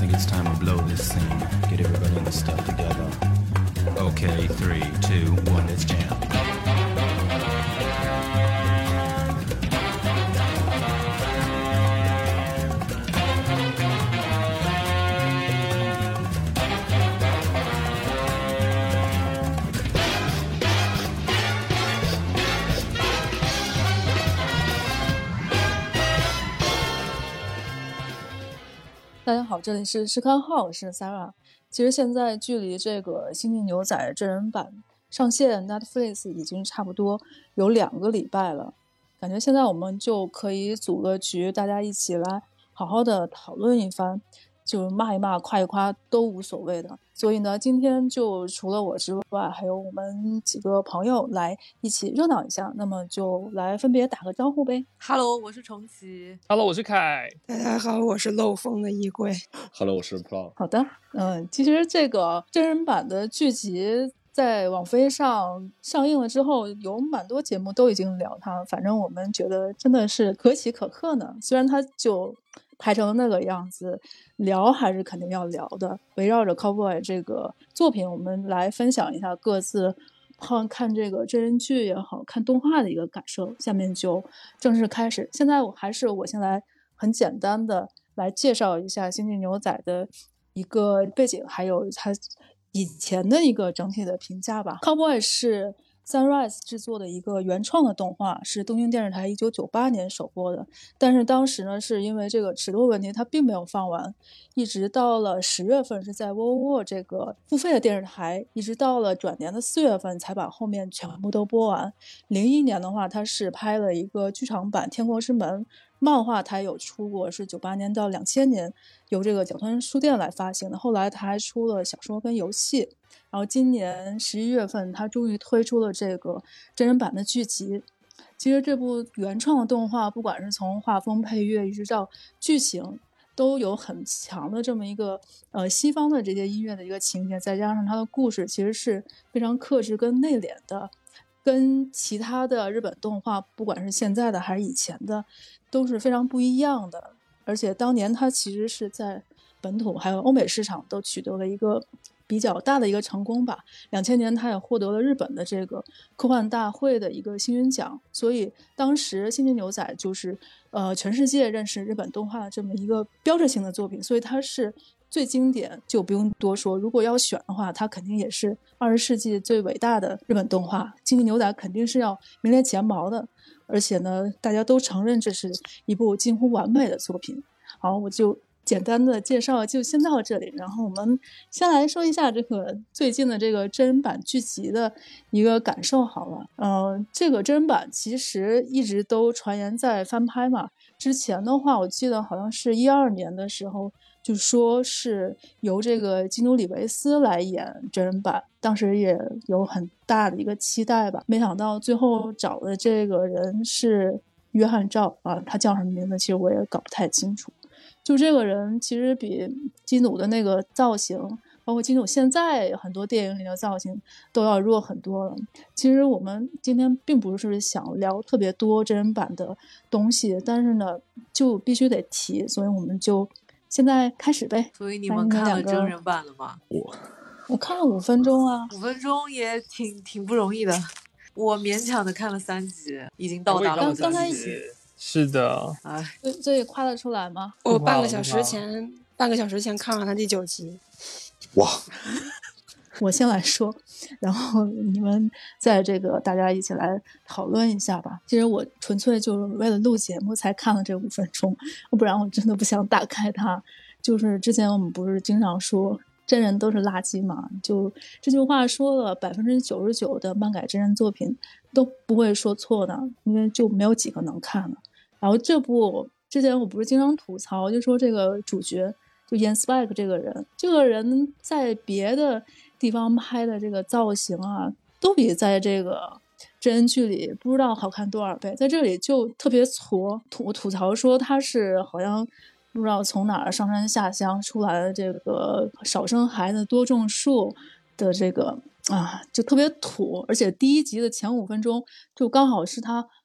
think it's time to blow this scene. Get everybody in the stuff together. Okay, 3, 2, 1, let's jam. 大家好，这里是看号，我是 Sarah。其实现在距离这个《星际牛仔》真人版上线 Netflix 已经差不多有2个礼拜了，感觉现在我们就可以组个局，大家一起来好好的讨论一番，就骂一骂夸一夸都无所谓的。所以呢，今天就除了我之外，还有我们几个朋友来一起热闹一下，那么就来分别打个招呼呗。 Hello， 我是重启。 Hello， 我是凯。 大家好，我是漏风的衣柜。 Hello， 我是 Pro。 好的，其实这个真人版的剧集在网飞上映了之后，有蛮多节目都已经聊它，反正我们觉得真的是可喜可贺呢。虽然它就拍成那个样子，聊还是肯定要聊的。围绕着 Cowboy 这个作品，我们来分享一下各自看这个真人剧也好，看动画的一个感受。下面就正式开始。现在我先来很简单的来介绍一下《星际牛仔》的一个背景，还有它以前的一个整体的评价吧。Cowboy 是 Sunrise 制作的一个原创的动画，是东京电视台1998年首播的，但是当时呢是因为这个尺度问题它并没有放完，一直到了10月份是在 WOWO 这个付费的电视台，一直到了转年的4月份才把后面全部都播完。01年的话它是拍了一个剧场版《天国之门》，漫画它有出过，是98年到2000年由这个角川书店来发行的，后来它还出了小说跟游戏，然后今年11月份它终于推出了这个真人版的剧集。其实这部原创的动画不管是从画风配乐一直到剧情都有很强的这么一个西方的这些音乐的一个情节，再加上它的故事其实是非常克制跟内敛的，跟其他的日本动画不管是现在的还是以前的都是非常不一样的。而且当年它其实是在本土还有欧美市场都取得了一个比较大的一个成功吧。2000年它也获得了日本的这个科幻大会的一个星云奖，所以当时《星际牛仔》就是全世界认识日本动画的这么一个标志性的作品，所以它是最经典，就不用多说。如果要选的话，它肯定也是20世纪最伟大的日本动画，《星际牛仔》肯定是要名列前茅的。而且呢，大家都承认这是一部近乎完美的作品。好，我就简单的介绍就先到这里，然后我们先来说一下这个最近的这个真人版剧集的一个感受好了。这个真人版其实一直都传言在翻拍嘛，之前的话我记得好像是12年的时候就说是由这个基努里维斯来演真人版，当时也有很大的一个期待吧，没想到最后找的这个人是约翰赵啊，他叫什么名字其实我也搞不太清楚。就这个人其实比基努的那个造型，包括基努现在很多电影里的造型都要弱很多了。其实我们今天并不是想聊特别多真人版的东西，但是呢就必须得提，所以我们就现在开始呗。 所以你们看了真人版了吗？ 我看了5分钟啊。 5分钟也挺不容易的，我勉强的看了3集，已经到达了刚才 3集。 是的， 哎， 这也夸得出来吗？ 我半个小时前看完了第9集。 哇！ 我先来说，然后你们在这个大家一起来讨论一下吧。其实我纯粹就是为了录节目才看了这5分钟，不然我真的不想打开它。就是之前我们不是经常说真人都是垃圾嘛，就这句话说了，99%的漫改真人作品都不会说错的，因为就没有几个能看的。然后这部之前我不是经常吐槽，就说这个主角就 Ian Spike 这个人在别的地方拍的这个造型啊，都比在这个真人剧里不知道好看多少倍，在这里就特别矬。吐槽说他是好像不知道从哪儿上山下乡出来的这个少生孩子多种树的这个就特别土。而且第1集的前5分钟就刚好是他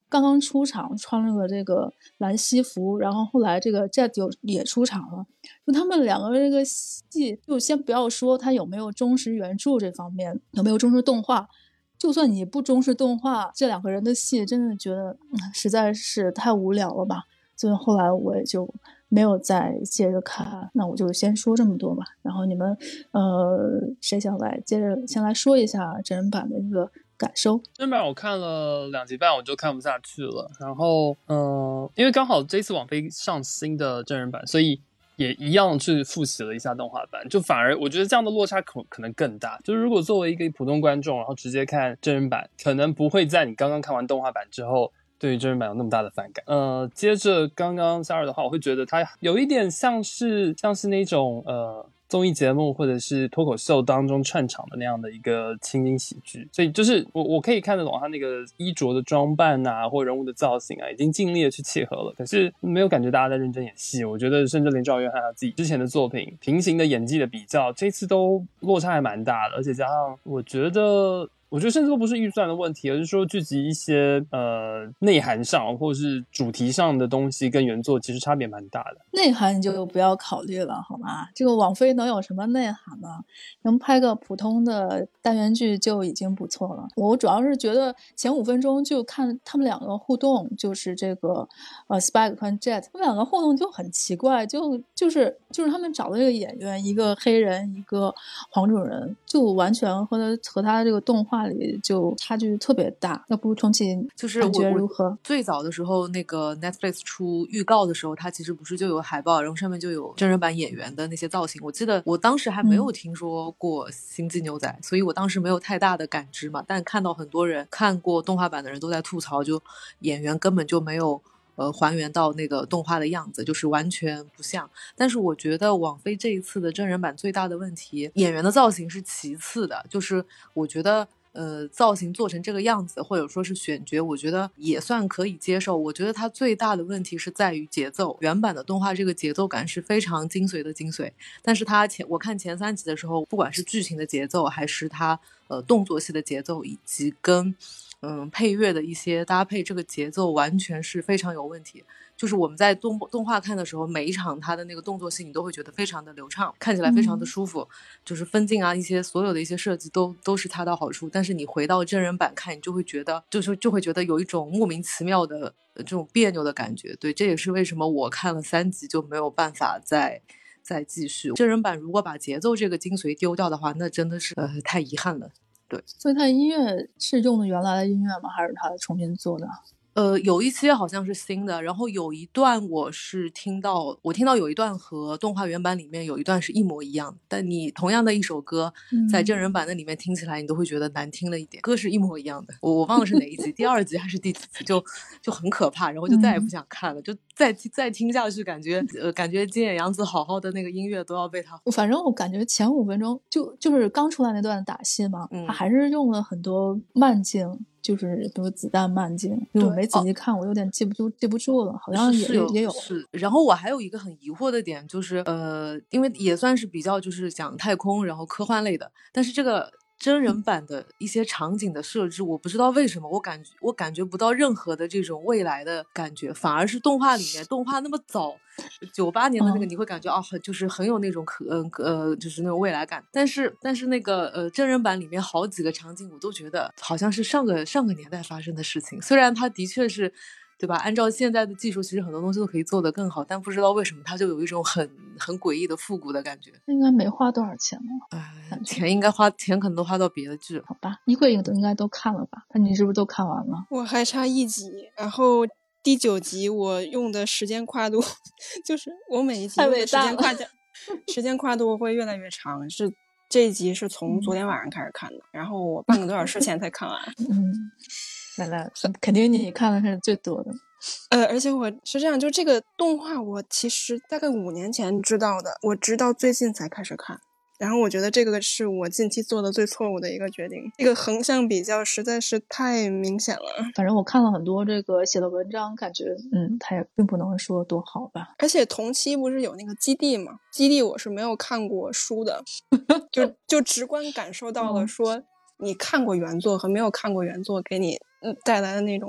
刚刚出场，穿了个这个蓝西服，然后后来这个 Jet 也出场了，就他们两个这个戏，就先不要说他有没有忠实原著这方面，有没有忠实动画，就算你不忠实动画，这两个人的戏真的觉得实在是太无聊了吧，所以后来我也就没有再接着看。那我就先说这么多吧，然后你们谁想来接着先来说一下真人版的一个感受？ 真人版我看了2集半我就看不下去了，然后因为刚好这次网飞上新的真人版，所以也一样去复习了一下动画版，就反而我觉得这样的落差可能更大。就是如果作为一个普通观众，然后直接看真人版，可能不会在你刚刚看完动画版之后对于真人版有那么大的反感。接着刚刚夏尔的话，我会觉得它有一点像是那种综艺节目或者是脱口秀当中串场的那样的一个情景喜剧，所以就是我可以看得懂他那个衣着的装扮啊，或人物的造型啊，已经尽力的去契合了，可是没有感觉大家在认真演戏。我觉得甚至连赵约翰他自己之前的作品平行的演技的比较，这次都落差还蛮大的，而且加上我觉得甚至都不是预算的问题，而是说剧集一些内涵上或是主题上的东西跟原作其实差别蛮大的。 内涵你就不要考虑了好吗？这个网飞能有什么内涵呢？能拍个普通的单元剧就已经不错了。我主要是觉得前5分钟就看他们两个互动，就是这个Spike 和 Jet 他们两个互动就很奇怪，就是他们找的这个演员，一个黑人一个黄种人，就完全和他这个动画里就差距特别大。要不重启就是感觉如何？ 最早的时候那个 Netflix 出预告的时候，它其实不是就有海报，然后上面就有真人版演员的那些造型。我记得我当时还没有听说过星际牛仔，所以我当时没有太大的感知嘛。但看到很多人看过动画版的人都在吐槽，就演员根本就没有还原到那个动画的样子，就是完全不像。但是我觉得网飞这一次的真人版最大的问题，演员的造型是其次的，就是我觉得造型做成这个样子，或者说是选角，我觉得也算可以接受。我觉得它最大的问题是在于节奏，原版的动画这个节奏感是非常精髓的精髓，但是我看前3集的时候，不管是剧情的节奏，还是它动作戏的节奏，以及跟配乐的一些搭配，这个节奏完全是非常有问题。就是我们在动画看的时候，每一场它的那个动作戏你都会觉得非常的流畅，看起来非常的舒服，就是分镜啊，一些所有的一些设计都是恰到好处。但是你回到真人版看，你就会觉得就会觉得有一种莫名其妙的这种别扭的感觉。对，这也是为什么我看了3集就没有办法再继续。真人版如果把节奏这个精髓丢掉的话，那真的是太遗憾了。对， 所以他音乐是用的原来的音乐吗？还是他重新做的？ 有一些好像是新的，然后有一段我听到有一段和动画原版里面有一段是一模一样的，但你同样的一首歌在真人版的里面听起来你都会觉得难听了一点，歌是一模一样的。我忘了是哪一集，第2集还是第几集，就很可怕，然后就再也不想看了，就再听下去感觉金野洋子好好的那个音乐都要被他。 反正我感觉前5分钟就是刚出来那段打戏嘛，他还是用了很多慢镜，就是比如子弹慢镜，因为我没仔细看，我有点记不住了，好像也有。 是。然后我还有一个很疑惑的点，就是因为也算是比较就是讲太空然后科幻类的，但是这个真人版的一些场景的设置，我不知道为什么我感觉不到任何的这种未来的感觉，反而是动画里面动画那么早98年的那个，你会感觉就是很有那种就是那种未来感。但是那个真人版里面好几个场景我都觉得好像是上个年代发生的事情，虽然它的确是对吧，按照现在的技术其实很多东西都可以做得更好，但不知道为什么它就有一种很诡异的复古的感觉。 应该没花多少钱呢？ 钱可能都花到别的剧。 好吧，衣柜应该都看了吧？那你是不是都看完了？ 我还差1集，然后第9集我用的时间跨度就是我每一集用的时间跨度会越来越长，是这一集是从昨天晚上开始看的，然后我半个多小时前才看完。 来，肯定你看的是最多的。 而且我是这样，就这个动画我其实大概5年前知道的，我直到最近才开始看。然后我觉得这个是我近期做的最错误的一个决定，这个横向比较实在是太明显了。 反正我看了很多这个写的文章，感觉它也并不能说多好吧。 而且同期不是有那个基地吗？基地我是没有看过书的，就直观感受到了说你看过原作和没有看过原作给你带来的那种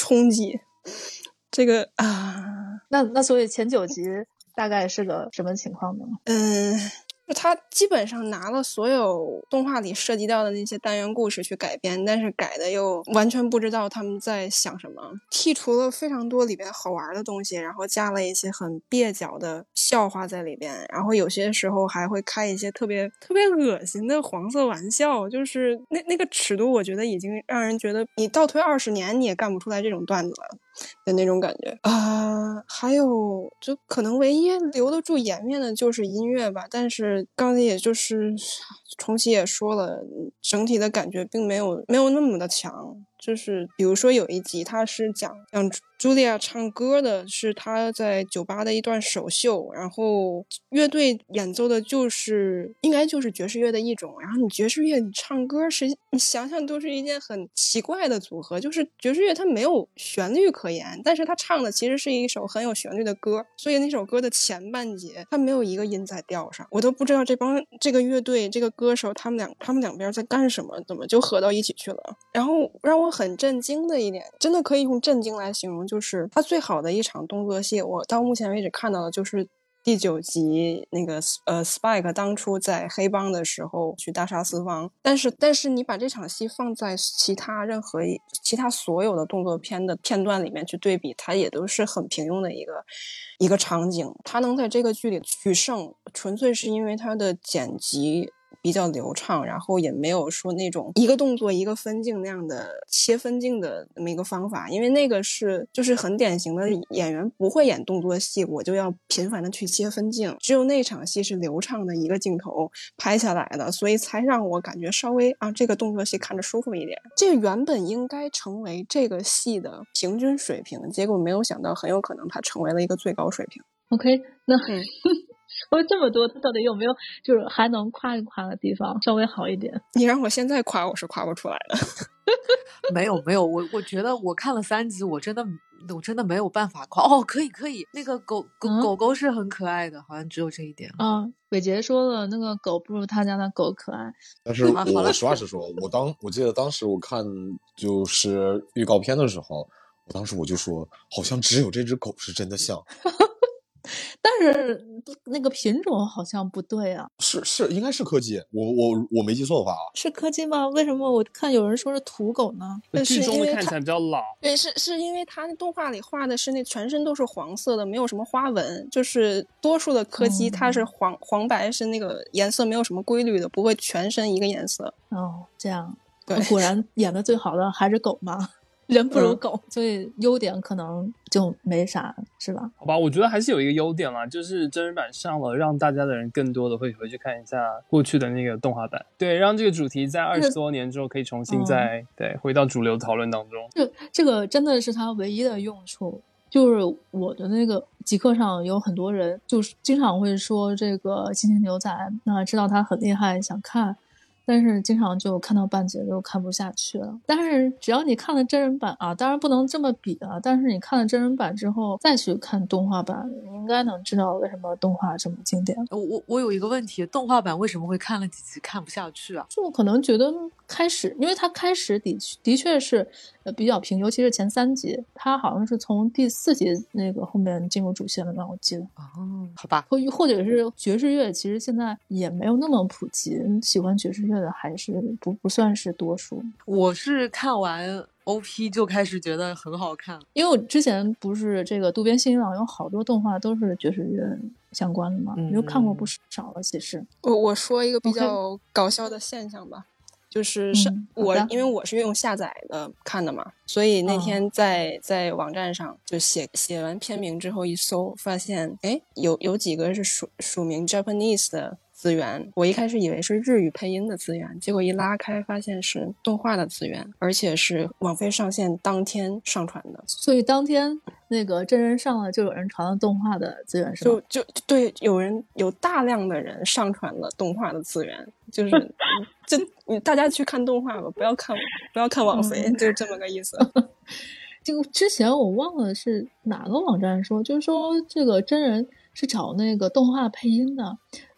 冲击。这个啊， 那所以前9集大概是个什么情况呢？ 他基本上拿了所有动画里涉及到的那些单元故事去改编，但是改的又完全不知道他们在想什么，剔除了非常多里边好玩的东西，然后加了一些很蹩脚的笑话在里边，然后有些时候还会开一些特别恶心的黄色玩笑，就是那个尺度，我觉得已经让人觉得你倒推20年你也干不出来这种段子了的那种感觉还有就可能唯一留得住颜面的就是音乐吧，但是刚才也就是重启也说了，整体的感觉并没有那么的强。就是比如说有一集他是讲茱莉亚唱歌的，是她在酒吧的一段首秀，然后乐队演奏的应该就是爵士乐的一种，然后你爵士乐你唱歌你想想都是一件很奇怪的组合，就是爵士乐它没有旋律可言，但是他唱的其实是一首很有旋律的歌，所以那首歌的前半节他没有一个音在调上，我都不知道这个乐队这个歌手他们两边在干什么，怎么就合到一起去了。然后让我很震惊的一点，真的可以用震惊来形容，就是他最好的一场动作戏，我到目前为止看到的就是第9集那个Spike 当初在黑帮的时候去大杀四方，但是你把这场戏放在其他所有的动作片的片段里面去对比，它也都是很平庸的一个场景。它能在这个剧里取胜，纯粹是因为它的剪辑比较流畅，然后也没有说那种一个动作一个分镜那样的切分镜的那么一个方法，因为那个就是很典型的演员不会演动作戏，我就要频繁的去切分镜，只有那场戏是流畅的一个镜头拍下来的，所以才让我感觉稍微这个动作戏看着舒服一点。这原本应该成为这个戏的平均水平，结果没有想到很有可能它成为了一个最高水平。 OK， 那说这么多，他到底有没有就是还能夸一夸的地方，稍微好一点？ 你让我现在夸，我是夸不出来的。 没有，我觉得我看了3集，我真的没有办法夸。可以，那个狗狗是很可爱的，好像只有这一点。 伟杰说了，那个狗不如他家的狗可爱。 但是我实话实说，我记得当时我看就是预告片的时候，当时我就说，好像只有这只狗是真的像。 但是那个品种好像不对啊， 是应该是柯基，我没记错的话是柯基吗？为什么我看有人说是土狗呢？ 剧中的看起来比较老。 对，是因为他动画里画的是那全身都是黄色的，没有什么花纹，就是多数的柯基它是黄白，是那个颜色没有什么规律的，不会全身一个颜色。 这样， 对， 果然演的最好的还是狗吗？人不如狗，所以优点可能就没啥，是吧？ 好吧，我觉得还是有一个优点啦，就是真人版上了，让大家的人更多的会回去看一下过去的那个动画版，对，让这个主题在20多年之后可以重新对回到主流讨论当中。 这个真的是它唯一的用处。就是我的那个极客上有很多人，就是经常会说这个星星牛仔，那知道他很厉害，想看。但是经常就看到半截就看不下去了。但是只要你看了真人版当然不能这么比但是你看了真人版之后再去看动画版，你应该能知道为什么动画这么经典。 我有一个问题，动画版为什么会看了几集看不下去啊？ 就可能觉得因为它开始的确是比较平，尤其是前3集，它好像是从第4集那个后面进入主线了吧，我记得。 好吧。 或者是爵士乐，其实现在也没有那么普及，喜欢爵士乐的还是不算是多数。 我是看完 OP 就开始觉得很好看， 因为我之前不是这个渡边信一郎有好多动画都是爵士乐相关的嘛，就看过不少了。其实我说一个比较搞笑的现象吧，就是因为我是用下载的看的嘛，所以那天在网站上就写完片名之后一搜，发现有几个是署名 Japanese 的资源，我一开始以为是日语配音的资源，结果一拉开发现是动画的资源，而且是网飞上线当天上传的。所以当天那个真人上了就有人传了动画的资源，是吗？ 就对，有大量的人上传了动画的资源，就是大家去看动画吧，不要看网飞，就是这么个意思。 就之前我忘了是哪个网站说，就是说这个真人是找那个动画配音的，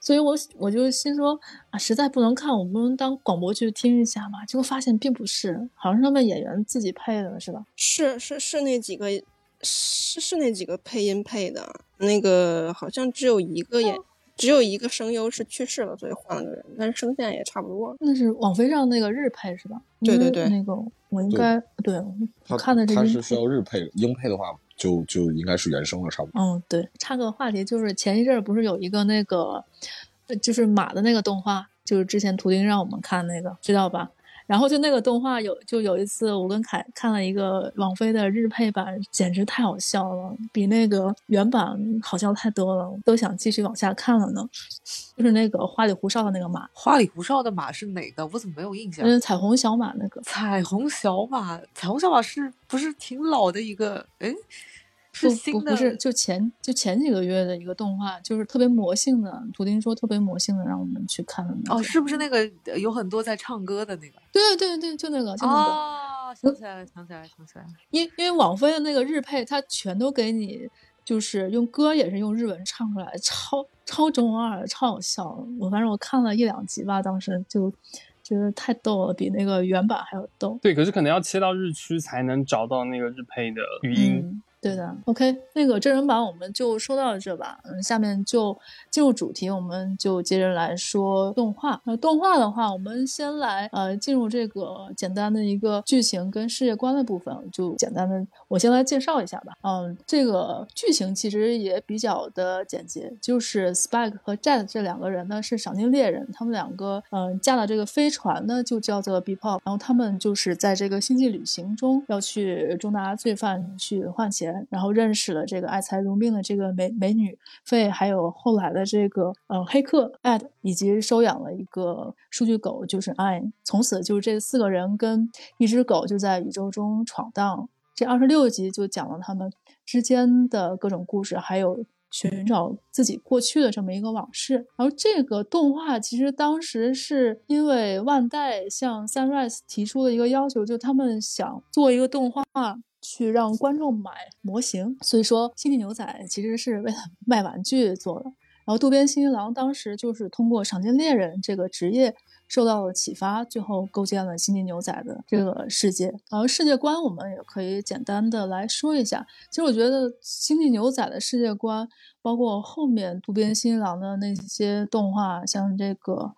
所以我就心说啊，实在不能看，我们不能当广播剧听一下嘛。结果发现并不是，好像是他们演员自己配的，是吧？ 是那几个，是那几个配音配的。那个好像只有一个声优是去世了，所以换了个人，但是声线也差不多。 那是网飞上那个日配是吧？ 对对对， 那个我应该对我看的他是需要日配，英配的话就应该是原声了，差不多。 对，插个话题，就是前一阵儿不是有一个那个就是马的那个动画，就是之前图钉让我们看那个，知道吧？然后就那个动画有一次我跟凯看了一个网飞的日配版，简直太好笑了，比那个原版好笑太多了，都想继续往下看了呢。就是那个花里胡哨的那个马。 花里胡哨的马是哪个？我怎么没有印象？ 彩虹小马那个。 彩虹小马是不是挺老的一个？哎。是新的， 不是就前几个月的一个动画，就是特别魔性的，图钉说特别魔性的，让我们去看的那个。 是不是那个有很多在唱歌的那个？ 对，就那个。 想起来了。 因为网飞的那个日配，它全都给你，就是用歌也是用日文唱出来，超中二，超好笑。反正我看了1-2集吧，当时就觉得太逗了，比那个原版还要逗。 对，可是可能要切到日区才能找到那个日配的语音。 对的 ，OK， 那个真人版我们就说到这吧。下面就进入主题，我们就接着来说动画。动画的话，我们先来进入这个简单的一个剧情跟世界观的部分，就简单的我先来介绍一下吧。这个剧情其实也比较的简洁，就是 Spike 和 Jet 这两个人呢是赏金猎人，他们两个驾的这个飞船呢就叫做 Bebop， 然后他们就是在这个星际旅行中要去捉拿罪犯去换钱。然后认识了这个爱财如命的这个美女费，还有后来的这个黑客 Ed， 以及收养了一个数据狗就是 I， 从此就是这4个人跟一只狗就在宇宙中闯荡。这26集就讲了他们之间的各种故事，还有寻找自己过去的这么一个往事。然后这个动画其实当时是因为万代向 Sunrise 提出了一个要求，就他们想做一个动画去让观众买模型，所以说星际牛仔其实是为了卖玩具做的。然后渡边信一郎当时就是通过赏金猎人这个职业受到了启发，最后构建了星际牛仔的这个世界。然后世界观我们也可以简单的来说一下。其实我觉得星际牛仔的世界观，包括后面渡边信一郎的那些动画，像这个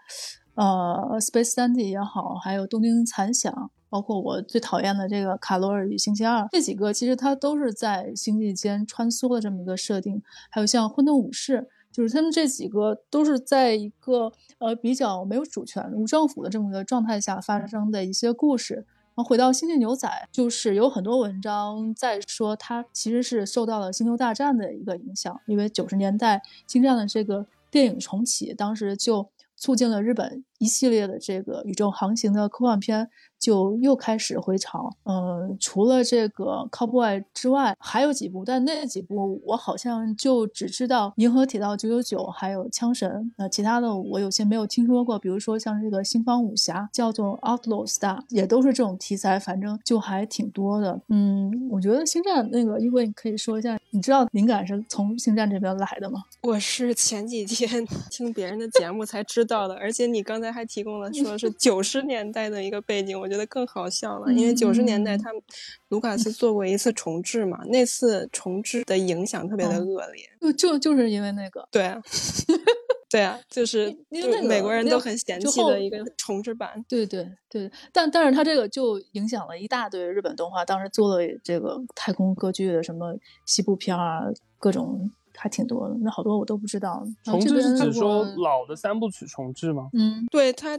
Space Dandy 也好，还有东京残响，包括我最讨厌的这个卡罗尔与星期二，这几个其实它都是在星际间穿梭的这么一个设定。还有像混沌武士，就是他们这几个都是在一个比较没有主权无政府的这么一个状态下发生的一些故事。然后回到星际牛仔，就是有很多文章在说它其实是受到了星球大战的一个影响，因为90年代星战的这个电影重启，当时就促进了日本一系列的这个宇宙航行的科幻片就又开始回潮。除了这个 Cowboy 之外还有几部，但那几部我好像就只知道银河铁道999还有枪神，其他的我有些没有听说过，比如说像这个星方武侠叫做 Outlaw Star， 也都是这种题材，反正就还挺多的。我觉得星战那个一会你可以说一下，你知道灵感是从星战这边来的吗？ 我是前几天听别人的节目才知道的，而且你刚才还提供了说是90年代的一个背景，我觉得更好笑了。因为90年代他们卢卡斯做过一次重制嘛，那次重制的影响特别的恶劣。 就是因为那个， 对啊对啊，就是因为那个美国人都很嫌弃的一个重制版。 对，但是他这个就影响了一大堆日本动画，当时做了这个太空歌剧的什么西部片啊，各种还挺多的，那好多我都不知道。 重制是指说老的3部曲重制吗？ 对，他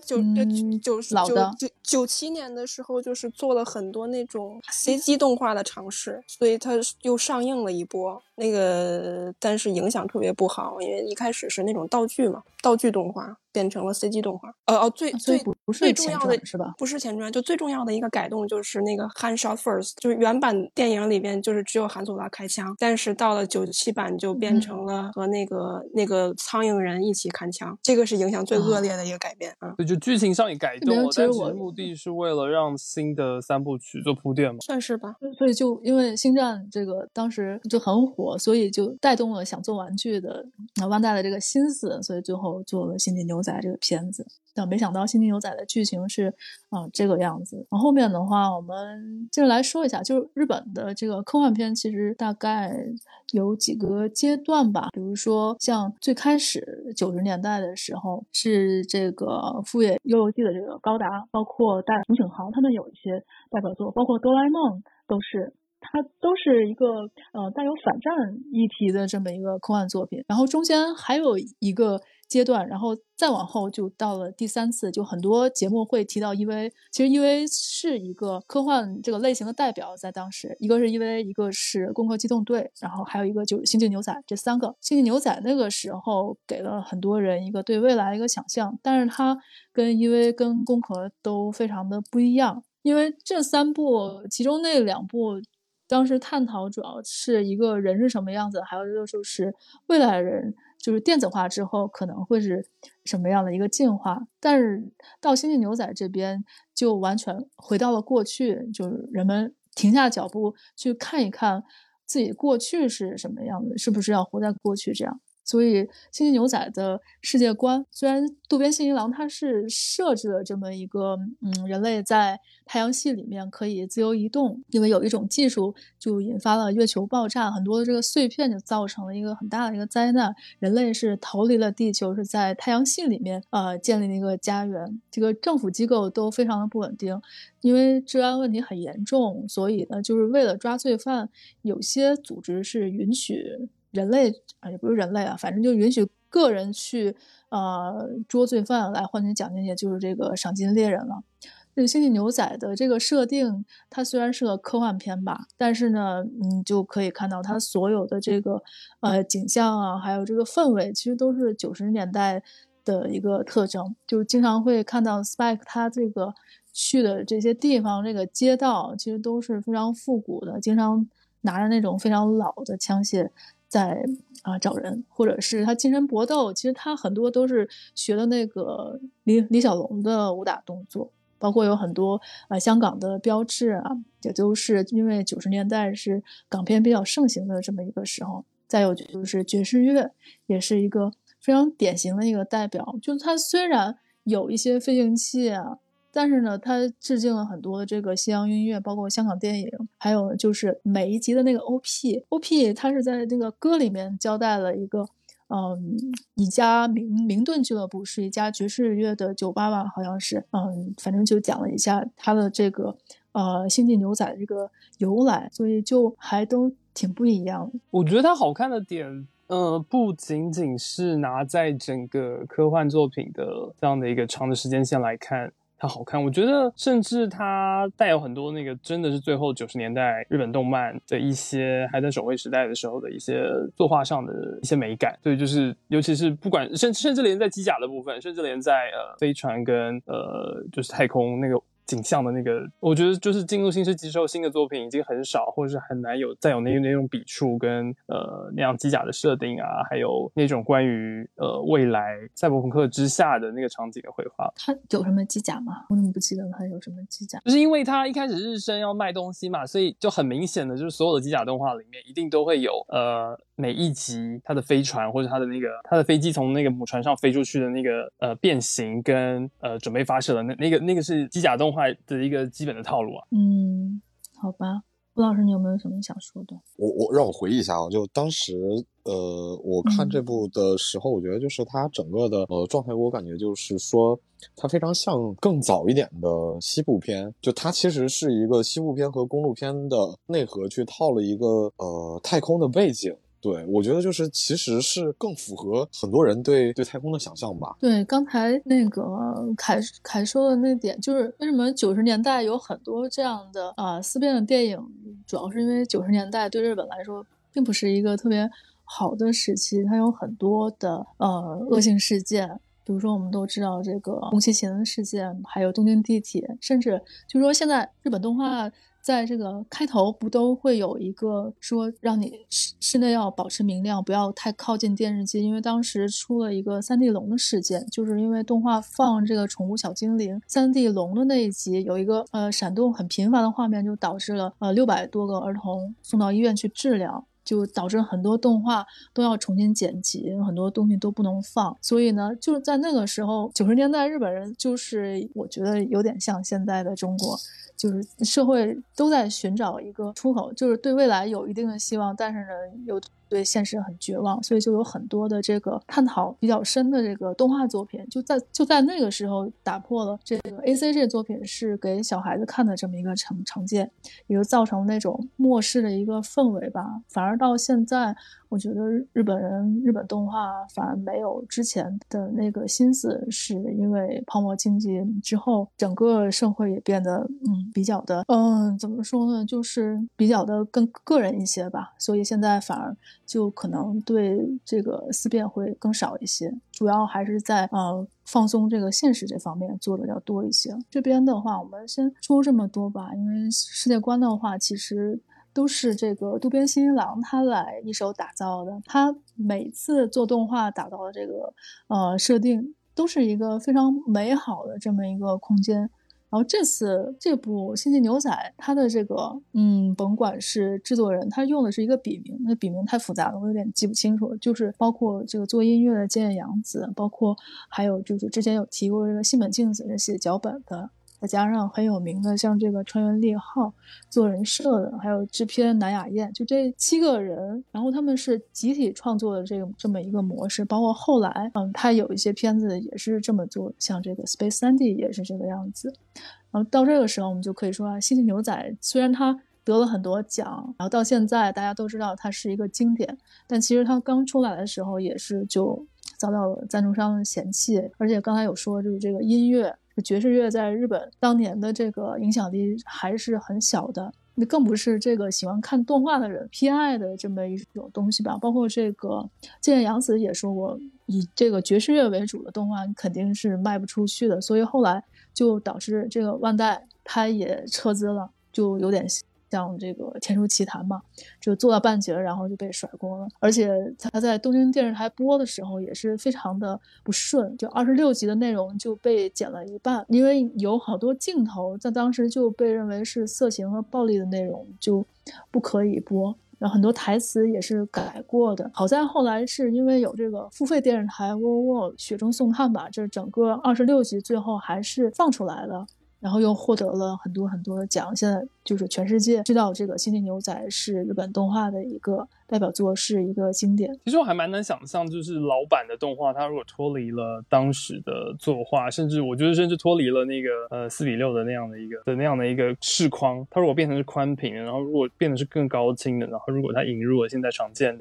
97年的时候就是做了很多那种 CG 动画的尝试，所以他又上映了一波那个，但是影响特别不好，因为一开始是那种道具嘛，道具动画， 变成了 CG 动画。 所以不是最重要的是吧？ 不是前传，就最重要的一个改动就是那个 Han shot first， 就是原版电影里边就是只有韩索拉开枪，但是到了97版就变成了和那个苍蝇人一起看枪，这个是影响最恶劣的一个改变啊。 对，就剧情上也改动了，但其实目的是为了让新的3部曲做铺垫嘛， 算是吧。 所以就因为星战这个当时就很火，所以就带动了想做玩具的万代的这个心思，所以最后做了《星际牛仔》这个片子。但没想到《星际牛仔》的剧情是这个样子。然后后面的话，我们接着来说一下，就是日本的这个科幻片，其实大概有几个阶段吧。比如说像最开始90年代的时候，是这个富野由悠季的这个高达，包括大竹井豪他们有一些代表作，包括哆啦 A 梦它都是一个带有反战议题的这么一个科幻作品。然后中间还有一个阶段，然后再往后就到了第3次，就很多节目会提到 EVA。其实 EVA 是一个科幻这个类型的代表，在当时一个是 EVA， 一个是攻壳机动队，然后还有一个就是星际牛仔，这3个。星际牛仔那个时候给了很多人一个对未来的一个想象，但是它跟 EVA 跟攻壳都非常的不一样。因为这3部其中那2部当时探讨主要是一个人是什么样子，还有就是未来人就是电子化之后可能会是什么样的一个进化。但是到星际牛仔这边就完全回到了过去，就是人们停下脚步去看一看自己过去是什么样的，是不是要活在过去这样。所以星际牛仔的世界观，虽然渡边信一郎他是设置了这么一个人类在太阳系里面可以自由移动，因为有一种技术就引发了月球爆炸，很多的这个碎片就造成了一个很大的一个灾难，人类是逃离了地球，是在太阳系里面建立了一个家园。这个政府机构都非常的不稳定，因为治安问题很严重，所以呢就是为了抓罪犯，有些组织是允许人类也不是人类啊，反正就允许个人去捉罪犯来换取奖金，也就是这个赏金猎人了。这个星际牛仔的这个设定，它虽然是个科幻片吧，但是呢就可以看到它所有的这个景象啊，还有这个氛围其实都是90年代的一个特征，就经常会看到 Spike 他这个去的这些地方，这个街道其实都是非常复古的，经常拿着那种非常老的枪械在找人，或者是他精神搏斗，其实他很多都是学的那个李小龙的武打动作，包括有很多香港的标志啊，也就是因为90年代是港片比较盛行的这么一个时候。再有就是爵士乐也是一个非常典型的一个代表，就是它虽然有一些飞行器啊，但是呢它致敬了很多的这个西洋音乐，包括香港电影，还有就是每一集的那个 OP 它是在这个歌里面交代了一个一家明顿俱乐部，是一家爵士乐的酒吧吧，好像是反正就讲了一下它的这个星际牛仔的这个由来，所以就还都挺不一样的。 我觉得它好看的点不仅仅是拿在整个科幻作品的这样的一个长的时间线来看它好看，我觉得甚至它带有很多那个真的是最后90年代日本动漫的一些还在手绘时代的时候的一些作画上的一些美感。对，就是尤其是不管甚至连在机甲的部分，甚至连在飞船跟就是太空那个景象的那个，我觉得就是进入新世纪之后新的作品已经很少，或者是很难再有那种笔触跟那样机甲的设定啊，还有那种关于未来赛博朋克之下的那个场景的绘画。 它有什么机甲吗？我怎么不记得它有什么机甲？ 就是因为它一开始日升要卖东西嘛，所以就很明显的就是所有的机甲动画里面一定都会有每一集它的飞船或者它的飞机从那个母船上飞出去的那个变形跟准备发射的那个是机甲动画的一个基本的套路啊。 好吧，吴老师你有没有什么想说的？ 让我回忆一下啊，就当时我看这部的时候，我觉得就是它整个的状态，我感觉就是说它非常像更早一点的西部片，就它其实是一个西部片和公路片的内核去套了一个太空的背景。对，我觉得就是其实是更符合很多人对太空的想象吧。 对，刚才那个凯说的那点，就是为什么90年代有很多这样的思辨的电影，主要是因为90年代对日本来说并不是一个特别好的时期，它有很多的恶性事件， 比如说我们都知道这个宫崎勤的事件，还有东京地铁，甚至就是说现在日本动画在这个开头不都会有一个说让你室内要保持明亮，不要太靠近电视机，因为当时出了一个3D 龙的事件，就是因为动画放这个宠物小精灵3D 龙的那一集有一个闪动很频繁的画面，就导致了600多个儿童送到医院去治疗，就导致很多动画都要重新剪辑，很多东西都不能放。所以呢，就是在那个时候90年代日本人就是我觉得有点像现在的中国，就是社会都在寻找一个出口，就是对未来有一定的希望，但是呢又对现实很绝望，所以就有很多的这个探讨比较深的这个动画作品，就在那个时候打破了这个 ACG 作品是给小孩子看的这么一个成见，也就造成那种漠视的一个氛围吧。反而到现在我觉得日本动画反而没有之前的那个心思，是因为泡沫经济之后整个社会也变得比较的怎么说呢，就是比较的更个人一些吧，所以现在反而就可能对这个思辨会更少一些，主要还是在放松这个现实这方面做的要多一些。这边的话我们先说这么多吧，因为世界观的话其实都是这个渡边信一郎他来一手打造的，他每次做动画打造的这个设定都是一个非常美好的这么一个空间。然后这次这部《星际牛仔》它的这个甭管是制作人，他用的是一个笔名，那笔名太复杂了，我有点记不清楚，就是包括这个做音乐的菅野洋子，包括还有就是之前有提过这个西本静子是写脚本的，再加上很有名的像这个川原丽浩做人设的，还有制片南雅彦，就这7个人，然后他们是集体创作的这么一个模式，包括后来他有一些片子也是这么做，像这个 Space 3D 也是这个样子。然后到这个时候我们就可以说星际牛仔虽然他得了很多奖，然后到现在大家都知道它是一个经典，但其实它刚出来的时候也是就遭到了赞助商的嫌弃，而且刚才有说就是这个音乐爵士乐在日本当年的这个影响力还是很小的，那更不是这个喜欢看动画的人偏爱的这么一种东西吧。包括这个菅野洋子也说过，以这个爵士乐为主的动画肯定是卖不出去的，所以后来就导致这个万代他也撤资了，就有点像这个天书奇谭嘛，就做到半截然后就被甩锅了。而且他在东京电视台播的时候也是非常的不顺，就26集的内容就被剪了一半，因为有好多镜头在当时就被认为是色情和暴力的内容，就不可以播，然后很多台词也是改过的。好在后来是因为有这个付费电视台雪中送炭吧，这整个26集最后还是放出来了，然后又获得了很多很多的奖，现在就是全世界知道这个星际牛仔是日本动画的一个代表作，是一个经典。 其实我还蛮难想象，就是老版的动画它如果脱离了当时的作画，我觉得甚至脱离了那个4:6的那样的一个视框，它如果变成是宽屏，然后如果变得是更高清的，然后如果它引入了现在常见的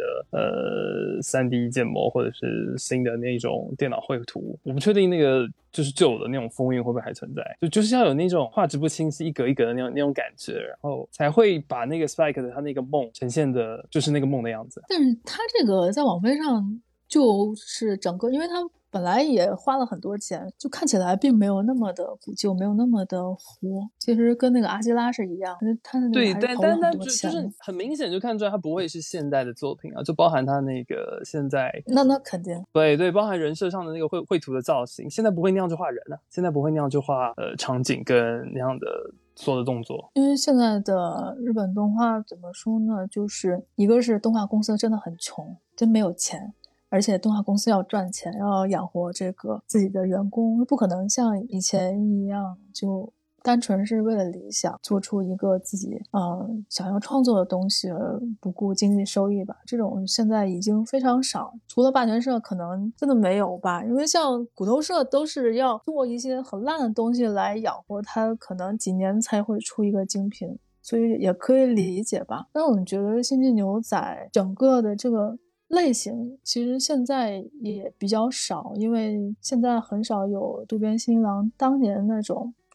3D 建模或者是新的那种电脑绘图，我不确定那个就是旧的那种风韵会不会还存在，就是要有那种画质不清晰一格一格的那种感觉，然后才会把那个 Spike 的他那个梦呈现的就是那个梦的样子。 但是他这个在网飞上就是整个，因为他本来也花了很多钱，就看起来并没有那么的古旧，没有那么的活。其实跟那个阿基拉是一样，他的那个还是投了很多钱。 就是很明显就看出来他不会是现代的作品啊，就包含他那个现在那肯定对，包含人设上的那个绘图的造型，现在不会那样就画人啊，现在不会那样就画场景跟那样的做的动作。 因为现在的日本动画怎么说呢，就是一个是动画公司真的很穷，真没有钱，而且动画公司要赚钱，要养活这个自己的员工，不可能像以前一样就单纯是为了理想做出一个自己想要创作的东西而不顾经济收益吧，这种现在已经非常少，除了霸权社可能真的没有吧，因为像骨头社都是要做一些很烂的东西来养活它，可能几年才会出一个精品，所以也可以理解吧。但我觉得星际牛仔整个的这个类型其实现在也比较少，因为现在很少有渡边信一郎当年那种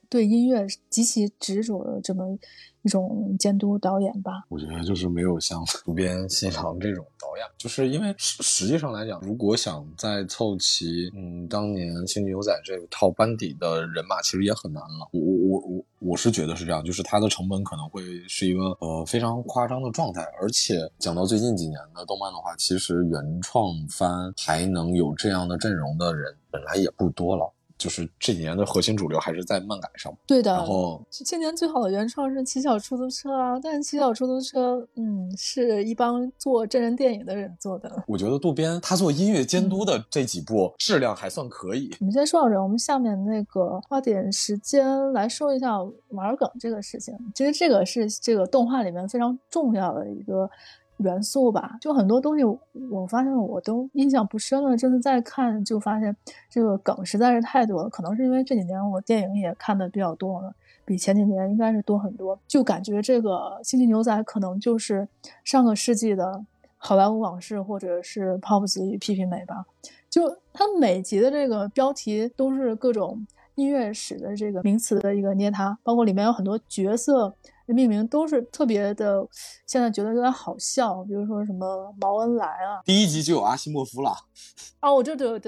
对音乐极其执着的这么一种监督导演吧。 我觉得就是没有像渡边信郎这种导演，就是因为实际上来讲，如果想再凑齐当年星际牛仔这套班底的人马，其实也很难了。我是觉得是这样，就是它的成本可能会是一个非常夸张的状态。而且讲到最近几年的动漫的话，其实原创番还能有这样的阵容的人本来也不多了。就是这几年的核心主流还是在漫改上。 对的， 然后今年最好的原创是骑小出租车啊，但是骑小出租车是一帮做真人电影的人做的。 我觉得渡边他做音乐监督的这几部质量还算可以。 我们先说到这，我们下面那个花点时间来说一下玩梗这个事情。其实这个是这个动画里面非常重要的一个元素吧，就很多东西我发现我都印象不深了，真的再看就发现这个梗实在是太多了，可能是因为这几年我电影也看的比较多了，比前几年应该是多很多，就感觉这个星际牛仔可能就是上个世纪的好莱坞往事或者是泡芙子与屁屁美吧。就它每集的这个标题都是各种音乐史的这个名词的一个捏它，包括里面有很多角色命名都是特别的，现在觉得有点好笑，比如说什么毛恩来啊， 第一集就有阿西莫夫了。 哦，我这对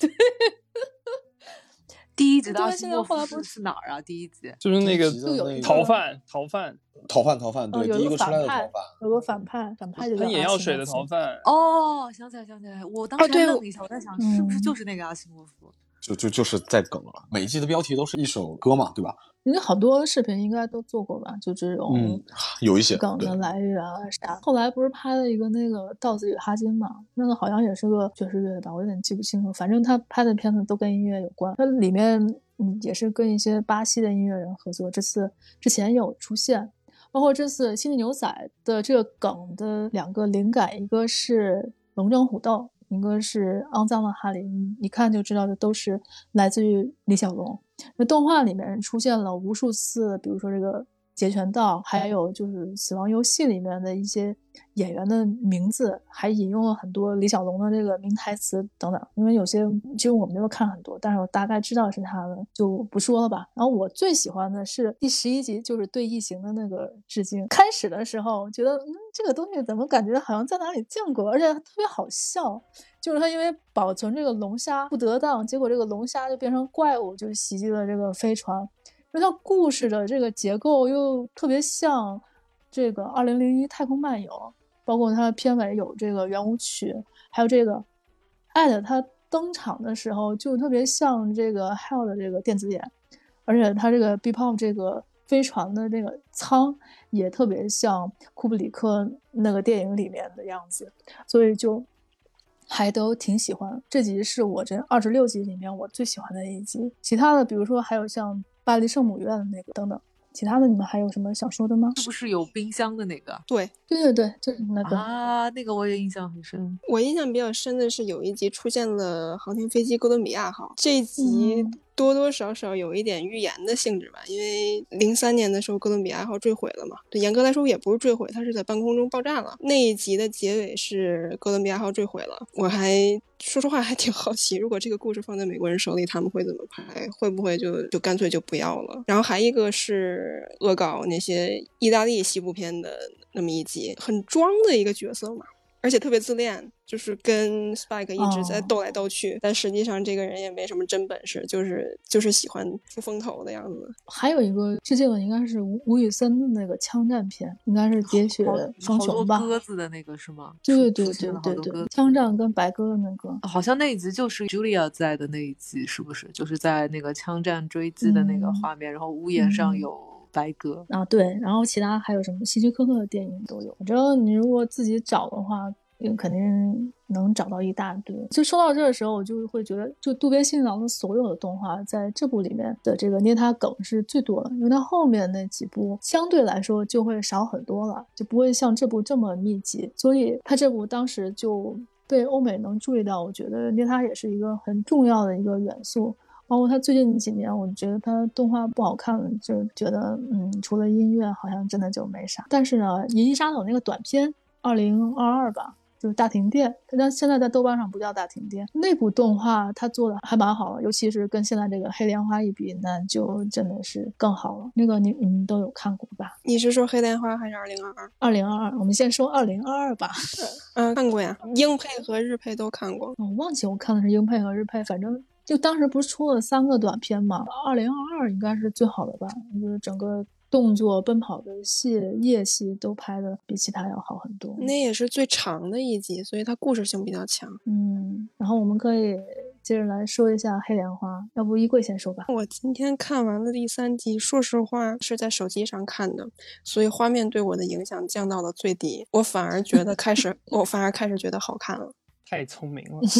第一集的阿西莫夫是哪儿啊？第一集就是那个逃犯， 对，第一个出来的逃犯， 有个反派就喷眼药水的逃犯。 哦，想起来，我当时还愣了一下，我在想是不是就是那个阿西莫夫。 就是在梗了，每一季的标题都是一首歌嘛，对吧？ 因为好多视频应该都做过吧，就这种有一些梗的来源啊啥。后来不是拍了一个那个道子与哈金嘛，那个好像也是个爵士乐吧，我有点记不清楚。反正他拍的片子都跟音乐有关，它里面也是跟一些巴西的音乐人合作，这次之前有出现。包括这次星际牛仔的这个梗的两个灵感，一个是龙争虎斗，一个是肮脏的哈林，一看就知道这都是来自于李小龙。那动画里面出现了无数次，比如说这个截拳道，还有就是死亡游戏里面的一些演员的名字，还引用了很多李小龙的这个名台词等等。因为有些其实我没有看很多，但是我大概知道是他的，就不说了吧。然后我最喜欢的是第11集，就是对异形的那个致敬。开始的时候觉得这个东西怎么感觉好像在哪里见过，而且特别好笑。就是他因为保存这个龙虾不得当，结果这个龙虾就变成怪物，就袭击了这个飞船。因为它故事的这个结构又特别像这个2001太空漫游，包括它的片尾有这个圆舞曲，还有这个艾特它登场的时候就特别像这个 Hell 的这个电子眼，而且它这个 B-pop 这个飞船的这个舱也特别像库布里克那个电影里面的样子，所以就还都挺喜欢。这集是我这26集里面我最喜欢的一集。其他的比如说还有像巴黎圣母院的那个等等，其他的你们还有什么想说的吗？ 是不是有冰箱的那个？ 对， 就是那个啊，那个我也印象很深。 我印象比较深的是有一集出现了航天飞机哥伦比亚号，这一集多多少少有一点预言的性质吧，因为03年的时候哥伦比亚号坠毁了嘛，对，严格来说也不是坠毁，它是在半空中爆炸了。那一集的结尾是哥伦比亚号坠毁了，我还说实话还挺好奇，如果这个故事放在美国人手里，他们会怎么拍？会不会就干脆就不要了？然后还一个是恶搞那些意大利西部片的那么一集，很装的一个角色嘛，而且特别自恋，就是跟 Spike 一直在斗来斗去，但实际上这个人也没什么真本事，就是喜欢出风头的样子。 还有一个致敬的应该是吴宇森的那个枪战片，应该是喋血双雄吧， 好多鸽子的那个是吗？ 对，枪战跟白鸽的那个， 好像那一集就是 Julia 在的那一集，是不是就是在那个枪战追击的那个画面，然后屋檐上有白鸽啊，对，然后其他还有什么希区柯克的电影都有。反正你如果自己找的话，肯定能找到一大堆。就说到这的时候，我就会觉得，就渡边信郎的所有的动画，在这部里面的这个捏他梗是最多的，因为他后面那几部相对来说就会少很多了，就不会像这部这么密集，所以他这部当时就被欧美能注意到，我觉得捏他也是一个很重要的一个元素。包括他最近几年，我觉得他动画不好看了，就觉得除了音乐好像真的就没啥。但是呢，银翼杀手那个短片2022吧， 就是大停电，但现在在豆瓣上不叫大停电。那部动画它做的还蛮好的，尤其是跟现在这个黑莲花一比，那就真的是更好了。那个你们都有看过吧？ 你是说黑莲花还是 2022？我们先说2022吧。 看过呀，英配和日配都看过。 我忘记我看的是英配和日配，反正就当时不是出了3个短片嘛，2022应该是最好的吧，就是整个动作奔跑的戏夜戏都拍的比其他要好很多。 那也是最长的一集，所以它故事性比较强。 然后我们可以接着来说一下黑莲花，要不衣柜先说吧。 我今天看完了第3集，说实话是在手机上看的，所以画面对我的影响降到了最低，我反而开始觉得好看了。 太聪明了。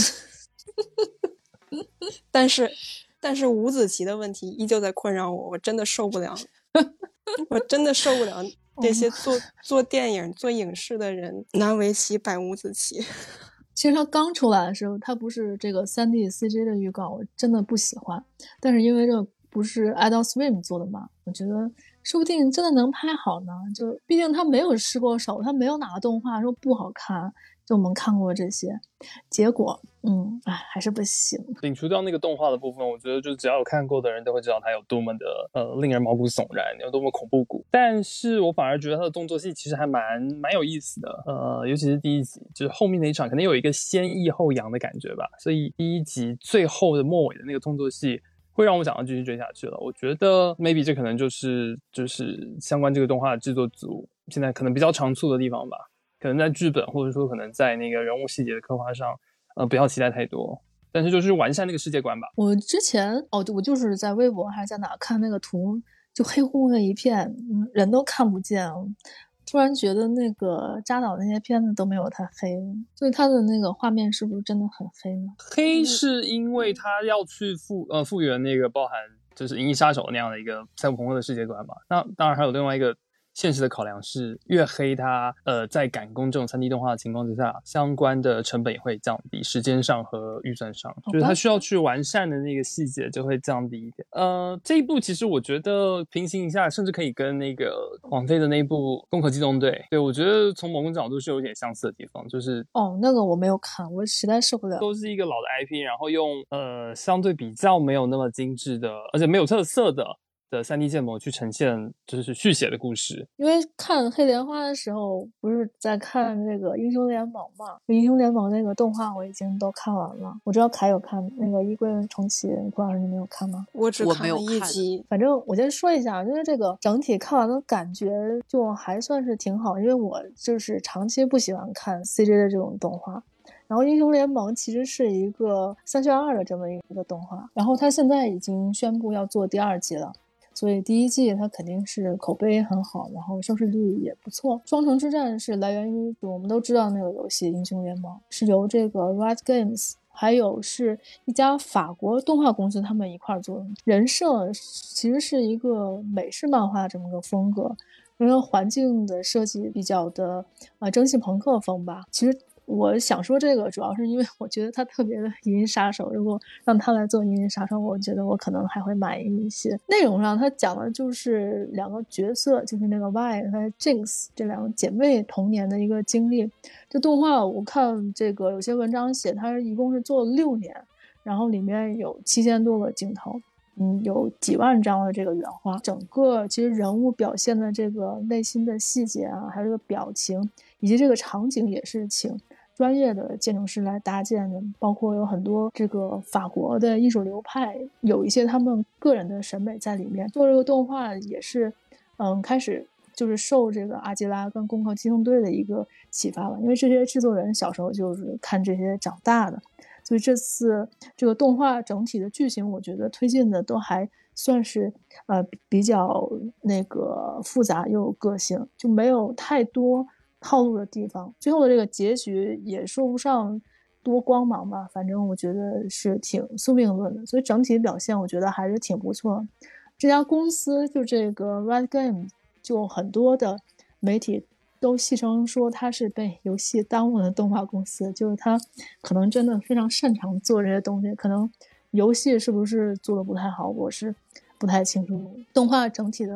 但是伍子棋的问题依旧在困扰我，我真的受不了。我真的受不了这些做电影做影视的人拿围棋摆伍子棋。 其实它刚出来的时候，它不是这个 3D CG 的预告，我真的不喜欢。但是因为这不是 Adult Swim 做的嘛，我觉得说不定真的能拍好呢。就毕竟他没有失过手，他没有哪个动画说不好看。就我们看过这些，结果还是不行。 摒除掉那个动画的部分，我觉得就只要有看过的人都会知道它有多么的令人毛骨悚然，有多么恐怖谷。但是我反而觉得它的动作戏其实还蛮有意思的，尤其是第1集，就是后面那一场可能有一个先抑后扬的感觉吧，所以第1集最后的末尾的那个动作戏会让我想要继续追下去了。我觉得 maybe 这可能就是相关这个动画的制作组现在可能比较长处的地方吧，可能在剧本或者说可能在那个人物细节的刻画上不要期待太多，但是就是完善那个世界观吧。 我之前我就是在微博还是在哪看那个图，就黑乎乎的一片，人都看不见。突然觉得那个扎导那些片子都没有它黑，所以它的那个画面是不是真的很黑呢？ 黑是因为它要去复原那个包含就是《银翼杀手》那样的一个赛博朋克的世界观嘛。那当然还有另外一个现实的考量是，越黑它在赶工这种 3D 动画的情况之下，相关的成本也会降低，时间上和预算上，就是它需要去完善的那个细节就会降低一点。这一部其实我觉得平行一下，甚至可以跟那个网飞的那一部《攻壳机动队》，对，我觉得从某个角度是有点相似的地方，就是那个我没有看，我实在受不了。 都是一个老的 IP， 然后用相对比较没有那么精致的，而且没有特色的 3D 建模去呈现就是续写的故事。 因为看黑莲花的时候不是在看这个英雄联盟嘛，英雄联盟那个动画我已经都看完了。我知道凯有看那个衣柜重启，顾老师你没有看吗？ 我只看了1集。 反正我先说一下，就是这个整体看完的感觉就还算是挺好，因为我就是长期不喜欢看 CG 的这种动画。然后英雄联盟其实是一个3选2的这么一个动画，然后它现在已经宣布要做第2季了，所以第1季它肯定是口碑很好，然后收视率也不错。双城之战是来源于我们都知道那个游戏英雄联盟，是由这个 Riot Games 还有是一家法国动画公司他们一块做的。人设其实是一个美式漫画这么个风格，因为环境的设计比较的蒸汽朋克风吧。其实我想说这个主要是因为我觉得他特别的银翼杀手，如果让他来做银翼杀手，我觉得我可能还会满意一些。内容上他讲的就是2个角色，就是那个 Y 和 Jinx 这2个姐妹童年的一个经历。这动画我看这个有些文章写它一共是做了6年，然后里面有7000多个镜头，有几万张的这个原画。整个其实人物表现的这个内心的细节啊，还有这个表情以及这个场景也是请专业的建筑师来搭建的，包括有很多这个法国的艺术流派，有一些他们个人的审美在里面。做这个动画也是开始就是受这个阿基拉跟攻壳机动队的一个启发吧，因为这些制作人小时候就是看这些长大的，所以这次这个动画整体的剧情我觉得推进的都还算是比较那个复杂又有个性，就没有太多套路的地方。最后的这个结局也说不上多光芒吧，反正我觉得是挺宿命论的，所以整体表现我觉得还是挺不错。这家公司就这个 Riot Games， 就很多的媒体都戏称说它是被游戏耽误的动画公司，就是它可能真的非常擅长做这些东西，可能游戏是不是做的不太好我是不太清楚。动画整体的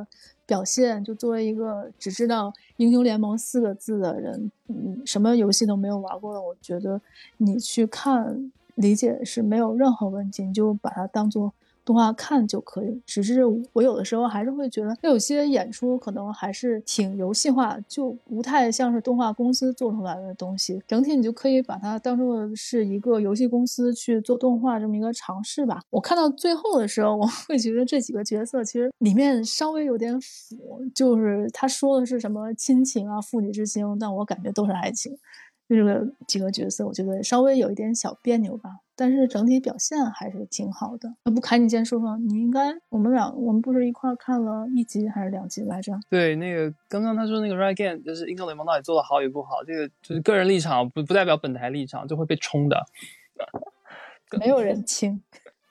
表现，就作为一个只知道英雄联盟4个字的人，什么游戏都没有玩过的，我觉得你去看理解是没有任何问题，你就把它当做动画看就可以。只是我有的时候还是会觉得有些演出可能还是挺游戏化，就不太像是动画公司做出来的东西。整体你就可以把它当做是一个游戏公司去做动画这么一个尝试吧。我看到最后的时候，我会觉得这几个角色其实里面稍微有点腐，就是他说的是什么亲情啊、父女之情，但我感觉都是爱情。这个几个角色我觉得稍微有一点小别扭吧，但是整体表现还是挺好的。要不凯你先说说，你应该我们不是一块看了1集还是2集来着？ 对，那个刚刚他说那个 Riot Games 就是英雄联盟到底做的好与不好，这个就是个人立场，不代表本台立场，就会被冲的。 没有人亲。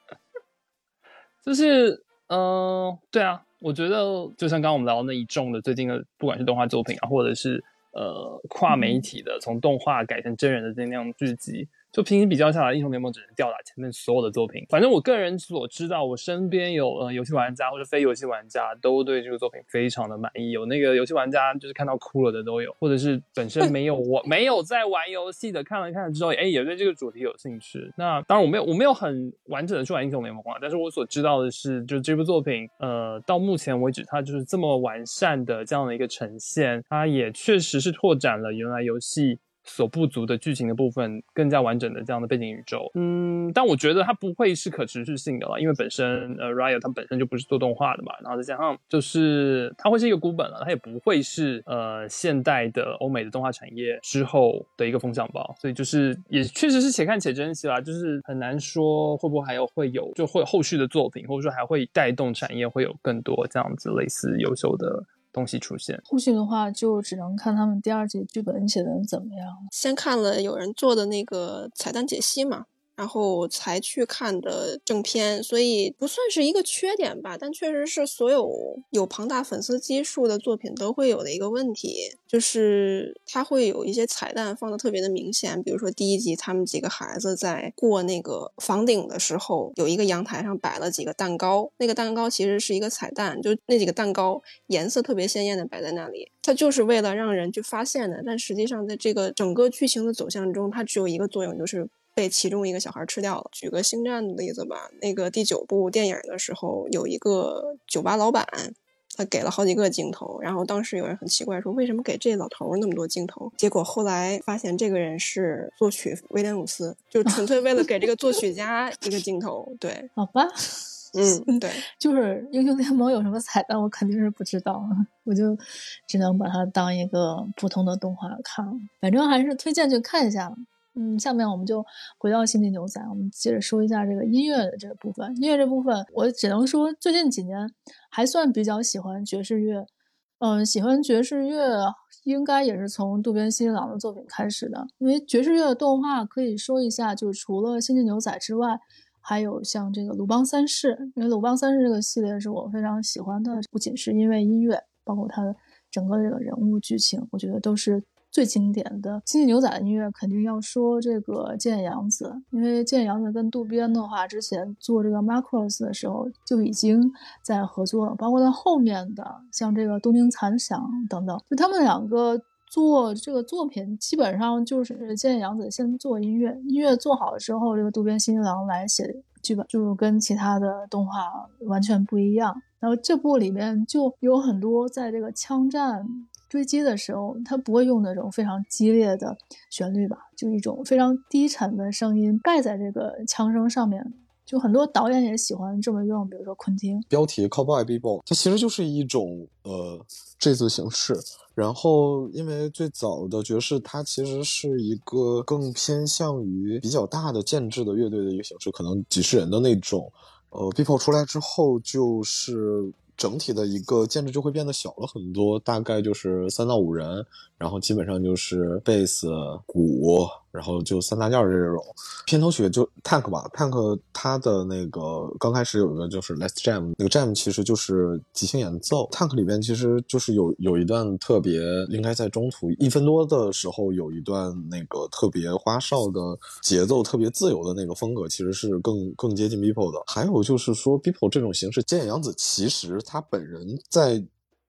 就是对啊，我觉得就像刚刚我们聊的那一众的最近的，不管是动画作品啊，或者是跨媒体的从动画改成真人的那样剧集，就平行比较下来，英雄联盟只能吊打前面所有的作品。反正我个人所知道，我身边有游戏玩家或者非游戏玩家都对这个作品非常的满意，有那个游戏玩家就是看到哭了的都有，或者是本身没有在玩游戏的，看了之后也对这个主题有兴趣。那当然我没有很完整的去玩英雄联盟啊，但是我所知道的是，就这部作品到目前为止它就是这么完善的这样的一个呈现，它也确实是拓展了原来游戏所不足的剧情的部分，更加完整的这样的背景宇宙。但我觉得它不会是可持续性的了，因为本身Riot 它本身就不是做动画的嘛，然后再加上就是它会是一个孤本了，它也不会是现代的欧美的动画产业之后的一个风向标，所以就是也确实是且看且珍惜啦，就是很难说会不会会有后续的作品，或者说还会带动产业会有更多这样子类似优秀的东西出现。 后续的话就只能看他们第2季剧本写的怎么样。 先看了有人做的那个彩蛋解析嘛，然后才去看的正片，所以不算是一个缺点吧，但确实是所有庞大粉丝基数的作品都会有的一个问题，就是它会有一些彩蛋放得特别的明显。比如说第1集他们几个孩子在过那个房顶的时候，有一个阳台上摆了几个蛋糕，那个蛋糕其实是一个彩蛋，就那几个蛋糕颜色特别鲜艳的摆在那里，它就是为了让人去发现的，但实际上在这个整个剧情的走向中，它只有一个作用，就是被其中一个小孩吃掉了。举个星战的例子吧，那个第9部电影的时候，有一个酒吧老板，他给了好几个镜头，然后当时有人很奇怪说为什么给这老头那么多镜头，结果后来发现这个人是作曲威廉姆斯，就纯粹为了给这个作曲家一个镜头。对， 好吧。 对， 就是英雄联盟有什么彩蛋我肯定是不知道，我就只能把它当一个普通的动画看，反正还是推荐去看一下。下面我们就回到星际牛仔，我们接着说一下这个音乐的这个部分。音乐这部分我只能说最近几年还算比较喜欢爵士乐，喜欢爵士乐应该也是从渡边新一郎的作品开始的，因为爵士乐的动画可以说一下，就是除了星际牛仔之外，还有像这个鲁邦三世，因为鲁邦三世这个系列是我非常喜欢的，不仅是因为音乐，包括它的整个这个人物剧情，我觉得都是最经典的。星际牛仔的音乐肯定要说这个菅野洋子，因为菅野洋子跟渡边的话之前做这个 Macross 的时候就已经在合作了，包括他后面的像这个东京残响等等，就他们两个做这个作品基本上就是菅野洋子先做音乐，音乐做好了之后，这个渡边新一郎来写剧本，就跟其他的动画完全不一样。然后这部里面就有很多在这个枪战追击的时候，它不会用那种非常激烈的旋律吧，就一种非常低沉的声音盖在这个枪声上面，就很多导演也喜欢这么用，比如说昆汀。 标题 Cowboy Bebop 它其实就是一种这字形式，然后因为最早的爵士它其实是一个更偏向于比较大的建制的乐队的一个形式，可能几十人的那种。Bebop 出来之后，就是整体的一个建制就会变得小了很多，大概就是3到5人，然后基本上就是贝斯、鼓，然后就3大件这种。片头曲就 Tank 吧 ，Tank 它的那个刚开始有一个就是 Let's Jam， 那个 Jam 其实就是即兴演奏。Tank 里边其实就是有一段特别，应该在中途1分多的时候有一段那个特别花哨的节奏，特别自由的那个风格，其实是更接近 Bebop 的。还有就是说 Bebop 这种形式，菅野洋子其实他本人在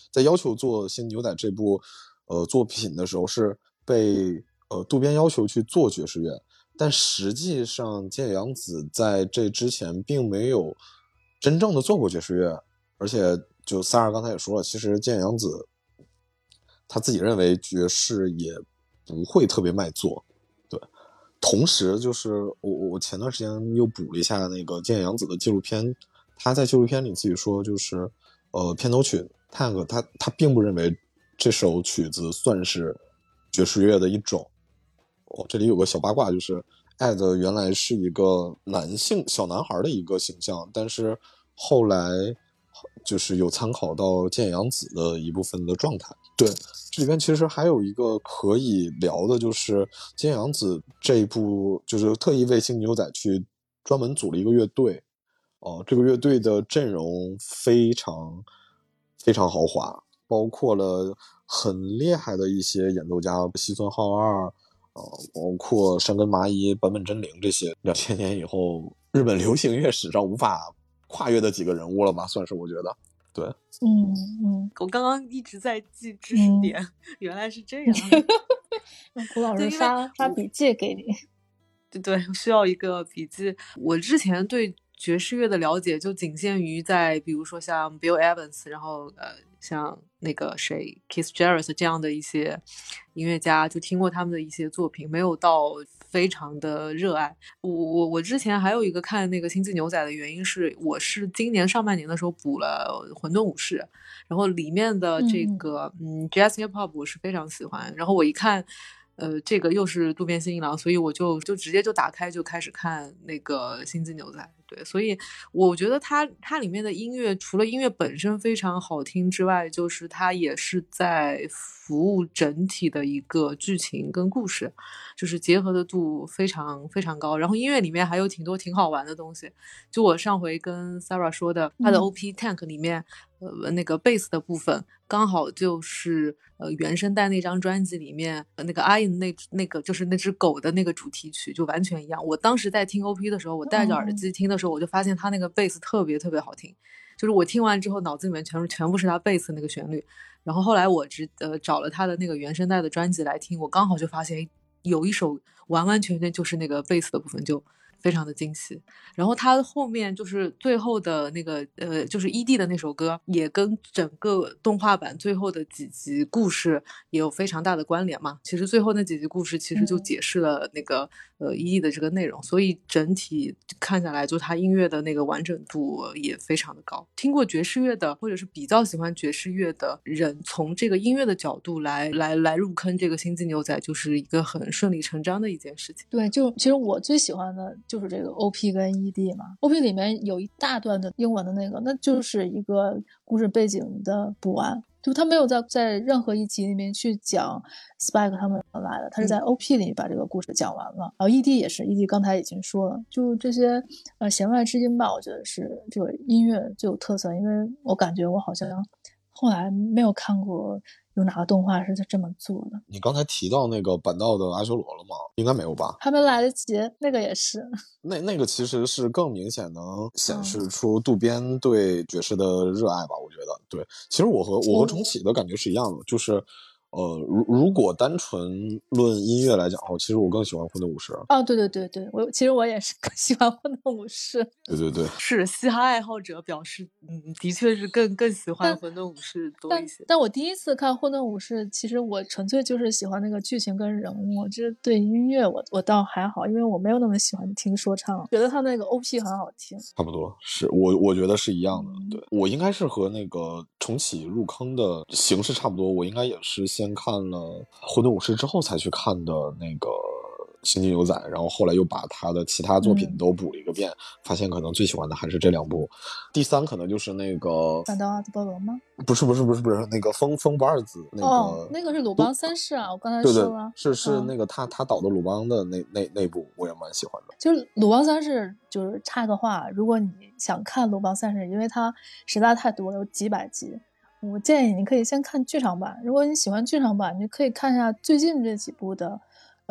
在要求做《新牛仔》这部作品的时候，是被渡边要求去做爵士乐，但实际上菅野洋子在这之前并没有真正的做过爵士乐，而且就Sarah刚才也说了，其实菅野洋子他自己认为爵士也不会特别卖座，对。同时就是我前段时间又补了一下那个菅野洋子的纪录片，他在纪录片里自己说，就是片头曲 Tank 他并不认为这首曲子算是爵士乐的一种。这里有个小八卦，就是 Ed 原来是一个男性小男孩的一个形象，但是后来就是有参考到菅野洋子的一部分的状态。对，这里边其实还有一个可以聊的，就是菅野洋子这一部就是特意为新牛仔去专门组了一个乐队。这个乐队的阵容非常非常豪华，包括了很厉害的一些演奏家，西村浩二，包括山根麻衣、坂本真绫这些2000年以后日本流行乐史上无法跨越的几个人物了吧，算是我觉得。对， 我刚刚一直在记知识点，原来是这样。 让胡老师发笔记给你。 对，需要一个笔记。我之前对爵士乐的了解就仅限于在比如说像 Bill Evans， 然后像那个谁 Keith Jarrett 这样的一些音乐家，就听过他们的一些作品，没有到非常的热爱。我之前还有一个看那个星际牛仔的原因是，我是今年上半年的时候补了混沌武士，然后里面的这个Jazz Hip Hop 我是非常喜欢，然后我一看这个又是渡边信一郎，所以我就直接就打开就开始看那个星际牛仔。对，所以我觉得它里面的音乐除了音乐本身非常好听之外，就是它也是在服务整体的一个剧情跟故事，就是结合的度非常非常高。然后音乐里面还有挺多挺好玩的东西，就我上回跟 Sarah 说的，它的 OP Tank 里面那个贝斯的部分刚好就是原声带那张专辑里面那个 Iron 那个就是那只狗的那个主题曲就完全一样。我当时在听 OP 的时候，我戴着耳机听的时候，我就发现他那个贝斯特别特别好听，就是我听完之后脑子里面全部是他贝斯那个旋律。然后后来我找了他的那个原声带的专辑来听，我刚好就发现有一首完完全全就是那个贝斯的部分就非常的惊喜。然后他后面就是最后的那个就是 ED 的那首歌也跟整个动画版最后的几集故事也有非常大的关联嘛。其实最后那几集故事其实就解释了那个ED 的这个内容，所以整体看下来就他音乐的那个完整度也非常的高。听过爵士乐的或者是比较喜欢爵士乐的人，从这个音乐的角度来入坑这个星际牛仔，就是一个很顺理成章的一件事情。 对，就其实我最喜欢的就是这个 OP 跟 ED 嘛。OP 里面有一大段的英文的那个，那就是一个故事背景的补完，就他没有在任何一集里面去讲 Spike 他们来的，他是在 OP 里把这个故事讲完了。然后 ED 也是 ED 刚才已经说了，就这些弦外之音吧，我觉得是这个音乐最有特色。因为我感觉我好像后来没有看过有哪个动画是这么做的。 你刚才提到那个板道的阿修罗了吗？应该没有吧？ 还没来得及，那个也是。 那个其实是更明显能显示出渡边对爵士的热爱吧，我觉得。对，其实我和重启的感觉是一样的，就是如果单纯论音乐来讲的话，其实我更喜欢混沌武士。 对，其实我也是更喜欢混沌武士。 对， 是嘻哈爱好者表示，的确是更喜欢混沌武士多一些。 但我第一次看混沌武士，其实我纯粹就是喜欢那个剧情跟人物，就是对音乐我倒还好，因为我没有那么喜欢听说唱，觉得他那个 OP 很好听。 差不多是我觉得是一样的。对，我应该是和那个重启入坑的形式差不多，我应该也是先看了混沌武士之后才去看的那个星际牛仔，然后后来又把他的其他作品都补了一个遍，发现可能最喜欢的还是这两部。第三可能就是那个反倒阿兹波罗吗？ 不是那个风不二子那个那个是鲁邦三世啊，我刚才对说了， 是那个他导的鲁邦的那部我也蛮喜欢的。 就是鲁邦三世，就是插个话，如果你想看鲁邦三世，因为它实在太多了，有几百集，我建议你可以先看剧场版。如果你喜欢剧场版，你可以看一下最近这几部的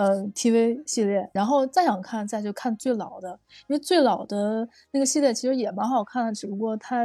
TV 系列，然后再想看再去看最老的，因为最老的那个系列其实也蛮好看的，只不过它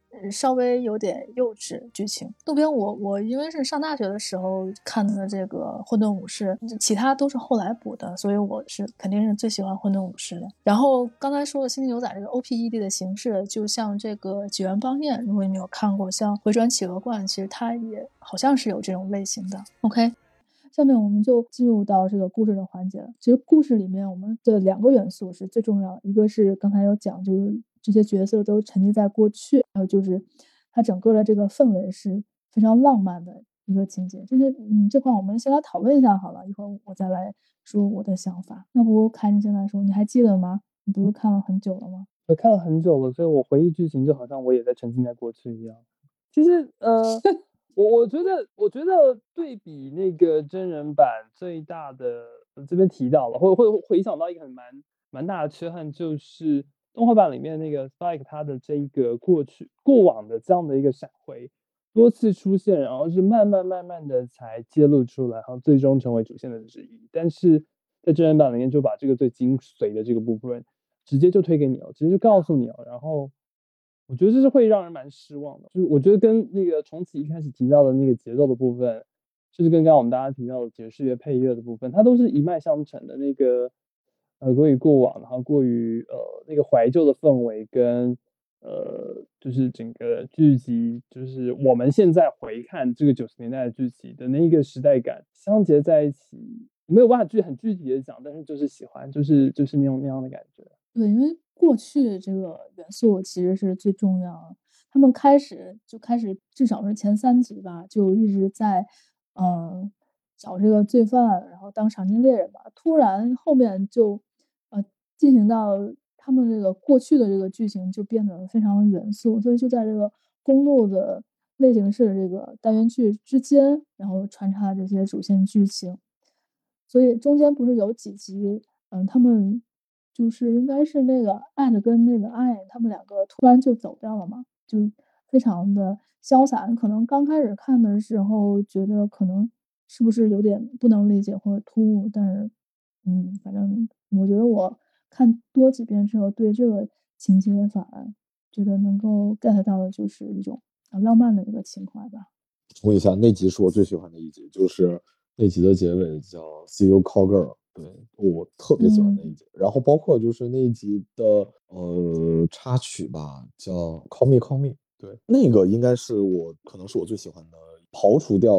稍微有点幼稚剧情。渡边我因为是上大学的时候看的这个《混沌武士》，其他都是后来补的，所以我是肯定是最喜欢《混沌武士》的。然后刚才说的《星际牛仔》这个 OPED 的形式，就像这个纪元邦彦，如果你没有看过，像《回转企鹅罐》，其实它也好像是有这种类型的。OK。下面我们就进入到这个故事的环节了。其实故事里面我们的2个元素是最重要的，一个是刚才有讲，就是这些角色都沉浸在过去，还有就是它整个的这个氛围是非常浪漫的一个情节。这块我们先来讨论一下好了，一会儿我再来说我的想法。要不凯你先来说，你还记得吗？你不是看了很久了吗？ 我看了很久了，所以我回忆剧情就好像我也在沉浸在过去一样。其实我觉得对比那个真人版最大的这边提到了，会回想到一个蛮大的缺憾，就是动画版里面那个 Spike 他的这一个过往的这样的一个闪回多次出现，然后是慢慢的才揭露出来，然后最终成为主线的之一。但是在真人版里面就把这个最精髓的这个部分直接就推给你了，直接就告诉你了，然后我觉得这是会让人蛮失望的。就是我觉得跟那个重启一开始提到的那个节奏的部分，就是跟刚刚我们大家提到的爵士乐配乐的部分，它都是一脉相承的。那个过于过往，然后过于那个怀旧的氛围跟就是整个剧集，就是我们现在回看这个90年代的剧集的那个时代感相结在一起，没有办法很具体的讲，但是就是喜欢，就是那样的感觉。 对，因为过去这个元素其实是最重要的。他们开始至少是前3集吧，就一直在找这个罪犯，然后当赏金猎人吧。突然后面就进行到他们这个过去的这个剧情就变得非常元素，所以就在这个公路的类型式的这个单元剧之间，然后穿插这些主线剧情。所以中间不是有几集，他们就是应该是那个艾特跟那个艾，他们2个突然就走掉了嘛，就非常的潇洒。可能刚开始看的时候觉得可能是不是有点不能理解或者突兀，但是反正我觉得我看多几遍之后，对这个情节反而觉得能够 get 到的就是一种浪漫的一个情怀吧。 补充一下，那集是我最喜欢的一集，就是那集的结尾叫 See You Call Girl， 对，我特别喜欢那一集。然后包括就是那一集的插曲吧，叫 Call Me Call Me， 对，那个应该是可能是我最喜欢的。刨除掉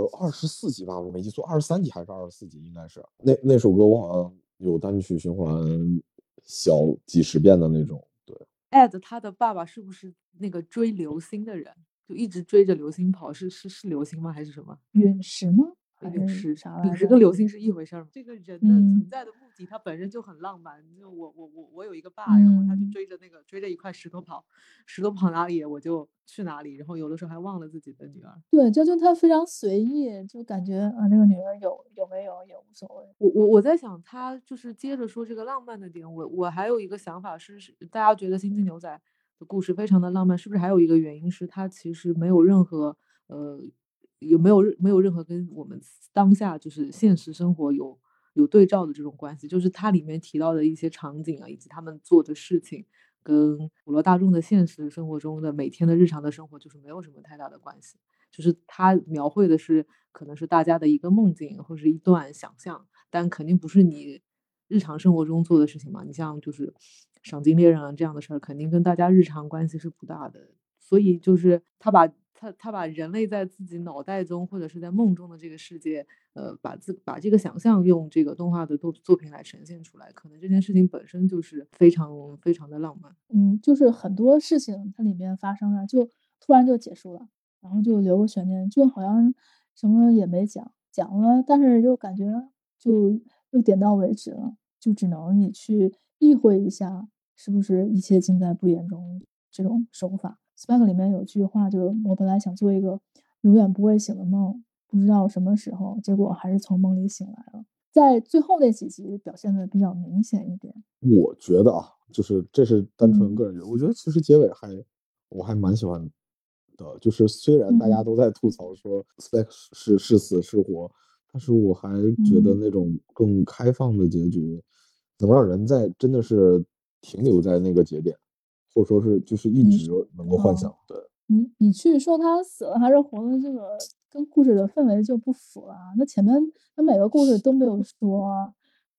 24集吧，我没记错，23集还是24集，应该是那首歌我好像有单曲循环小几十遍的那种。对 ，Ed 他的爸爸是不是那个追流星的人，就一直追着流星跑？是流星吗？还是什么？ 陨石吗？ 陨石啥来着？ 陨石跟流星是一回事吗？这个人的存在的目的，他本身就很浪漫。就我有一个爸，然后他就追着一块石头跑，石头跑哪里我就去哪里，然后有的时候还忘了自己的女儿。 对，就他非常随意，就感觉这个女儿有没有也无所谓。 我在想，他就是接着说这个浪漫的点，我还有一个想法是，大家觉得《星际牛仔》的故事非常的浪漫，是不是还有一个原因是它其实没有任何没有任何跟我们当下就是现实生活有对照的这种关系，就是它里面提到的一些场景啊，以及他们做的事情，跟普罗大众的现实生活中的每天的日常的生活就是没有什么太大的关系，就是它描绘的是可能是大家的一个梦境或是一段想象，但肯定不是你日常生活中做的事情嘛。你像就是赏金猎人啊这样的事儿，肯定跟大家日常关系是不大的，所以就是他把人类在自己脑袋中或者是在梦中的这个世界，把这个想象用这个动画的作品来呈现出来，可能这件事情本身就是非常非常的浪漫。 就是很多事情它里面发生了，就突然就结束了，然后就留个悬念，就好像什么也没讲了，但是又感觉就又点到为止了，就只能你去意会一下，是不是一切尽在不言中这种手法。Spike 里面有句话，就是我本来想做一个永远不会醒的梦，不知道什么时候，结果还是从梦里醒来了。在最后那几集表现的比较明显一点。 我觉得就是这是单纯个人觉得，我觉得其实结尾我还蛮喜欢的，就是虽然大家都在吐槽说 Spike 是死是活，但是我还觉得那种更开放的结局，能让人真的是停留在那个节点。 或者说是就是一直能够幻想。对， 你去说他死了还是活了，这个跟故事的氛围就不符了。那前面他每个故事都没有说啊，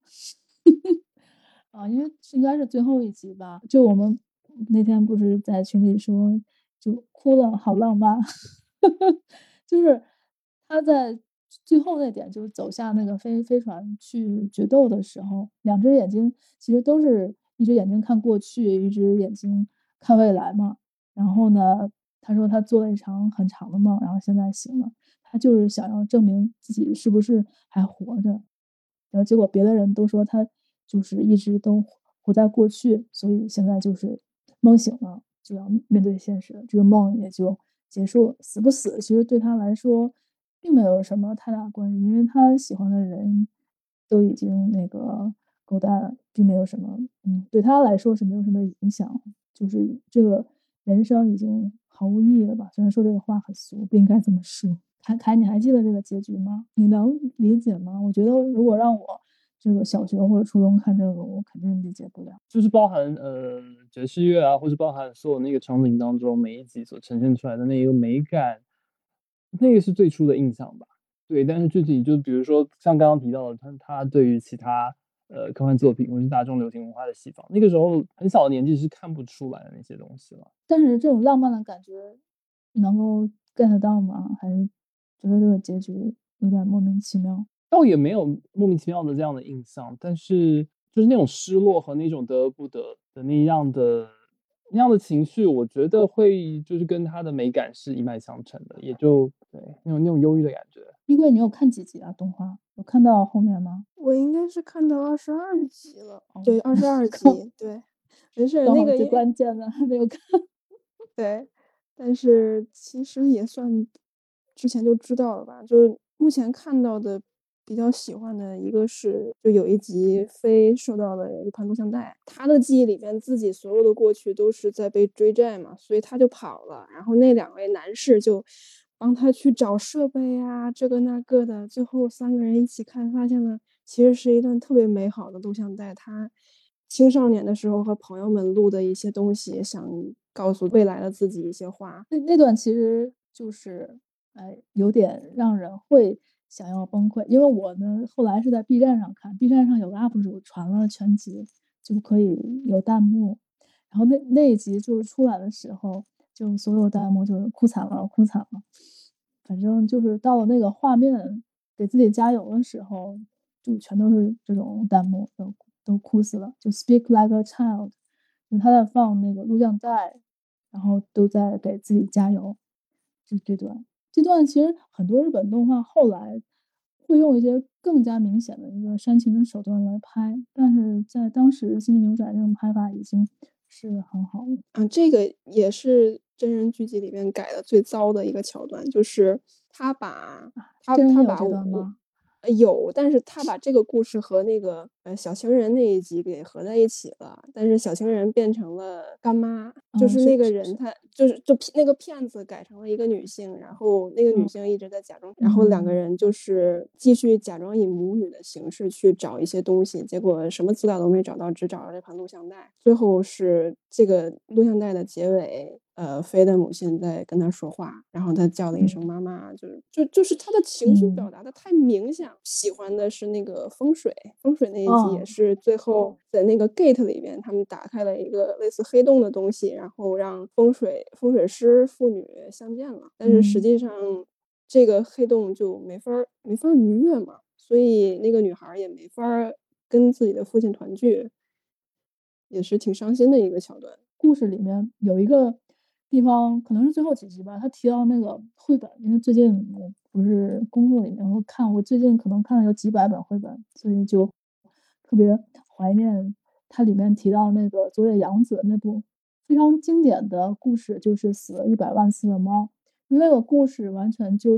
因为应该是最后一集吧。就我们那天不是在群里说，就哭了，好浪漫。就是他在最后那点，就是走下那个飞船去决斗的时候，两只眼睛其实都是一只眼睛看过去，一只眼睛看未来嘛。然后呢，他说他做了一场很长的梦，然后现在醒了，他就是想要证明自己是不是还活着。然后结果别的人都说他就是一直都活在过去，所以现在就是梦醒了，就要面对现实，这个梦也就结束了。死不死其实对他来说并没有什么太大关系，因为他喜欢的人都已经那个狗带了，并没有什么对他来说是没有什么影响，就是这个人生已经毫无意义了吧。虽然说这个话很俗，不应该这么说。凯，你还记得这个结局吗？你能理解吗？我觉得如果让我这个小学或者初中看这个，我肯定理解不了。 就是包含爵士乐啊，或是包含所有那个场景当中每一集所呈现出来的那个美感，那个是最初的印象吧。对，但是具体就比如说像刚刚提到的，他对于其他科幻作品或是大众流行文化的西方，那个时候很小的年纪是看不出来的那些东西了。 但是这种浪漫的感觉能够 get 到吗？还是觉得这个结局有点莫名其妙？ 倒也没有莫名其妙的这样的印象，但是就是那种失落和那种得而不得的那样的情绪，我觉得会就是跟它的美感是一脉相承的，也就对那种忧郁的感觉。 因为你有看几集啊？动画有看到后面吗？ 我应该是看到22集了， 哦、 对，22集，对，没事，那个最关键的还没有看。 对，但是其实也算之前就知道了吧。就是目前看到的比较喜欢的一个是，就有一集飞收到了一盘录像带，他的记忆里边自己所有的过去都是在被追债嘛，所以他就跑了。然后那2位男士就帮他去找设备啊，这个那个的。最后3个人一起看，发现了其实是一段特别美好的录像带。他青少年的时候和朋友们录的一些东西，想告诉未来的自己一些话。 那段其实就是有点让人会想要崩溃。因为我呢后来是在 B 站上看， B 站上有个 UP 主传了全集，就可以有弹幕。然后那一集就是出来的时候，就所有弹幕就是哭惨了，哭惨了。反正就是到了那个画面给自己加油的时候，就全都是这种弹幕，都哭死了。就 Speak Like a Child， 就他在放那个录像带，然后都在给自己加油。这段其实很多日本动画后来会用一些更加明显的一个煽情的手段来拍，但是在当时《星际牛仔》这种拍法已经是很好了。 这个也是真人剧集里面改的最糟的一个桥段，就是他把真人有这段吗？ 有，但是他把这个故事和那个小情人那一集给合在一起了，但是小情人变成了干妈，就是那个人他就那个骗子改成了一个女性，然后那个女性一直在假装，然后2个人就是继续假装以母女的形式去找一些东西，结果什么资料都没找到，只找到这盘录像带。最后是这个录像带的结尾，飞的母亲在跟他说话，然后他叫了一声妈妈，就是他的情绪表达的太明显。喜欢的是那个风水那一集，也是最后在那个 gate 里面，他们打开了一个类似黑洞的东西，然后让风水师父女相见了。但是实际上这个黑洞就没法逾越嘛，所以那个女孩也没法跟自己的父亲团聚，也是挺伤心的一个桥段。 故事里面有一个地方，可能是最后几集吧，他提到那个绘本。因为最近我不是工作里面我看，我最近可能看了有几百本绘本，所以就特别怀念它里面提到那个佐野洋子那部非常经典的故事，就是死了100万次的猫。那个故事完全就是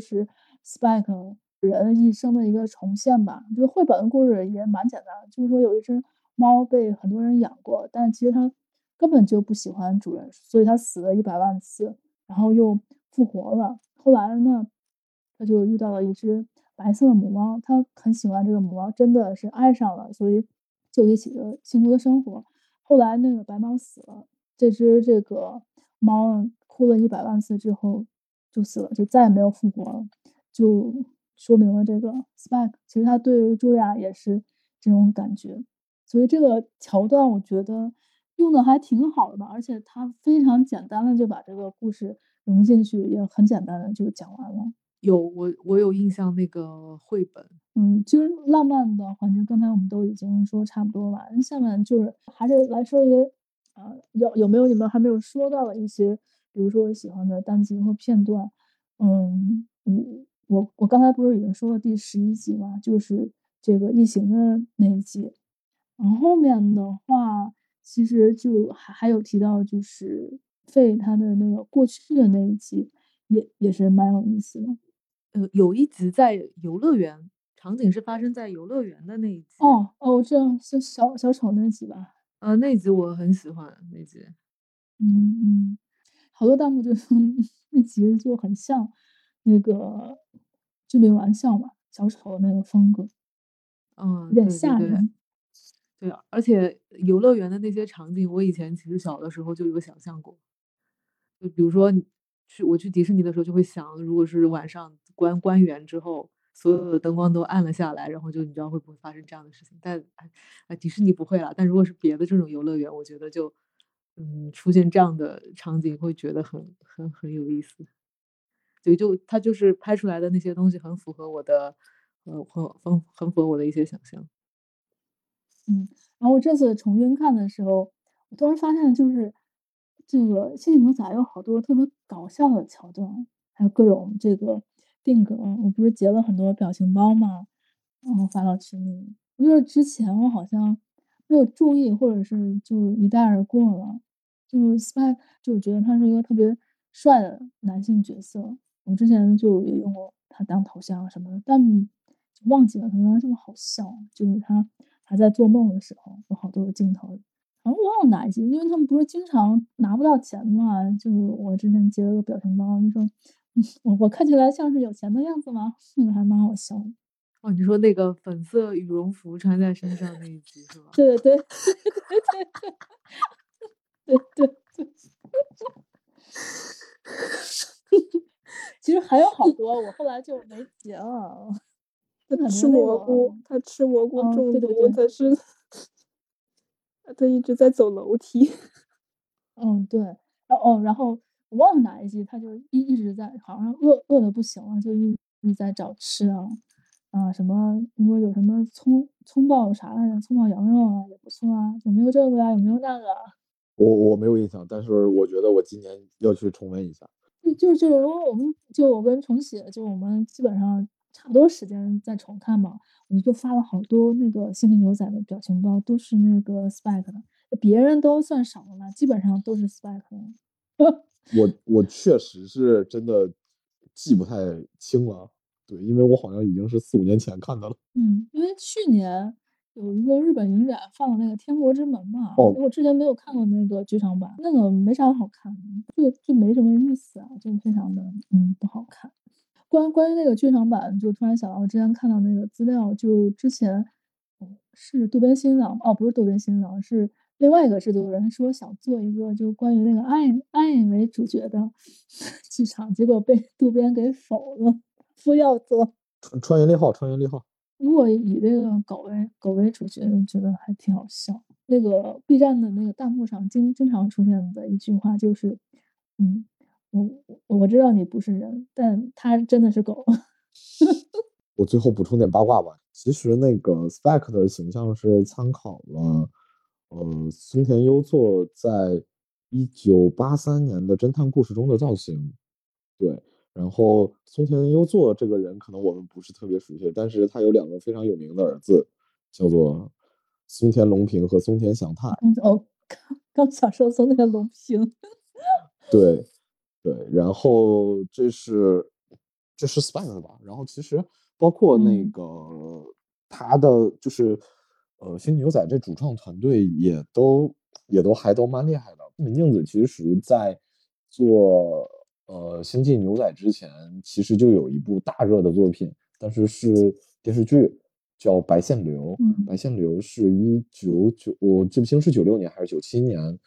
Spike 人一生的一个重现吧。这个绘本的故事也蛮简单，就是说有一只猫被很多人养过，但其实它根本就不喜欢主人，所以它死了100万次，然后又复活了。后来呢，他就遇到了一只白色的母猫，他很喜欢这个母猫，真的是爱上了，所以就一起的幸福的生活。后来那个白猫死了， 这只这个猫哭了100万次之后就死了，就再也没有复活了，就说明了这个 Spike 其实他对茱莉亚也是这种感觉，所以这个桥段我觉得用的还挺好的吧，而且他非常简单的就把这个故事融进去，也很简单的就讲完了。 我有印象那个绘本， 其实浪漫的环节刚才我们都已经说差不多了，下面就是还是来说一些有没有你们还没有说到的一些，比如说喜欢的单集或片段。我刚才不是已经说了第11集嘛，就是这个异形的那一集，然后后面的话其实就还有提到就是费他的那个过去的那一集，也是蛮有意思的。 有一集在游乐园，场景是发生在游乐园的那一集。 我知道是小丑那集吧？ 那一集我很喜欢那集。 好多弹幕就说那集就很像那个《致命玩笑》嘛，小丑的那个风格，有点吓人。 对，而且游乐园的那些场景，我以前其实小的时候就有想象过。就比如说我去迪士尼的时候，就会想，如果是晚上关园之后，所有的灯光都暗了下来，然后就你知道会不会发生这样的事情？但迪士尼不会啦。但如果是别的这种游乐园，我觉得就出现这样的场景，会觉得很有意思。对，它就是拍出来的那些东西很符合我的很符合我的一些想象。 然后我这次重新看的时候，我突然发现就是这个《星际牛仔》有好多特别搞笑的桥段，还有各种这个定格。我不是截了很多表情包嘛，然后发到群里。就是之前我好像没有注意，或者是就一带而过了。就是 Spike，就觉得他是一个特别帅的男性角色。我之前就也用过他当头像什么的，但忘记了他原来这么好笑。就是他还在做梦的时候，有好多个镜头。好像忘了哪一集，因为他们不是经常拿不到钱嘛。就是我之前截了个表情包，就说我看起来像是有钱的样子吗？那个还蛮好笑的。 你说那个粉色羽绒服穿在身上那一集是吧？ 对对其实还有好多，我后来就没截了。 他吃蘑菇，他吃蘑菇中毒，他是他一直在走楼梯。 对，然后我忘了哪一集，他就一直在，好像饿的不行了，就一直在找吃什么如果有什么葱爆啥来着，葱爆羊肉啊也不错啊，有没有这个呀？有没有那个？ 我没有印象，但是我觉得我今年要去重温一下。 就是我跟重写，就我们基本上差不多时间再重看嘛，我们就发了好多那个星际牛仔的表情包，都是那个 Spike 的，别人都算少了，基本上都是 Spike 的。 我确实是真的记不太清了，对，因为我好像已经是4、5年前看的了。 因为去年有一个日本影展放的那个《天国之门》嘛，我之前没有看过那个剧场版，那个没啥好看的，就没什么意思啊，就非常的不好看。关于那个剧场版，就突然想到我之前看到那个资料，就之前是渡边新郎不是渡边新郎，是另外一个制作人说想做一个就关于那个爱为主角的剧场，结果被渡边给否了，非要做穿越利号。 如果以这个狗为主角，觉得还挺好笑。那个 B 站的那个弹幕上经常出现的一句话就是，我知道你不是人，但他真的是狗。 我最后补充点八卦吧，其实那个 Spike 的形象是参考了松田优作在1983年的侦探故事中的造型，对。然后松田优作这个人可能我们不是特别熟悉，但是他有2个非常有名的儿子，叫做松田龙平和松田翔太。 刚想说松田龙平。 对，然后这是 Spike 吧，然后其实包括那个他的就是星际牛仔这主创团队也都还都蛮厉害的。金井子其实在做星际牛仔之前，其实就有一部大热的作品，但是是电视剧，叫白线流。白线流是我记不清是96年还是97年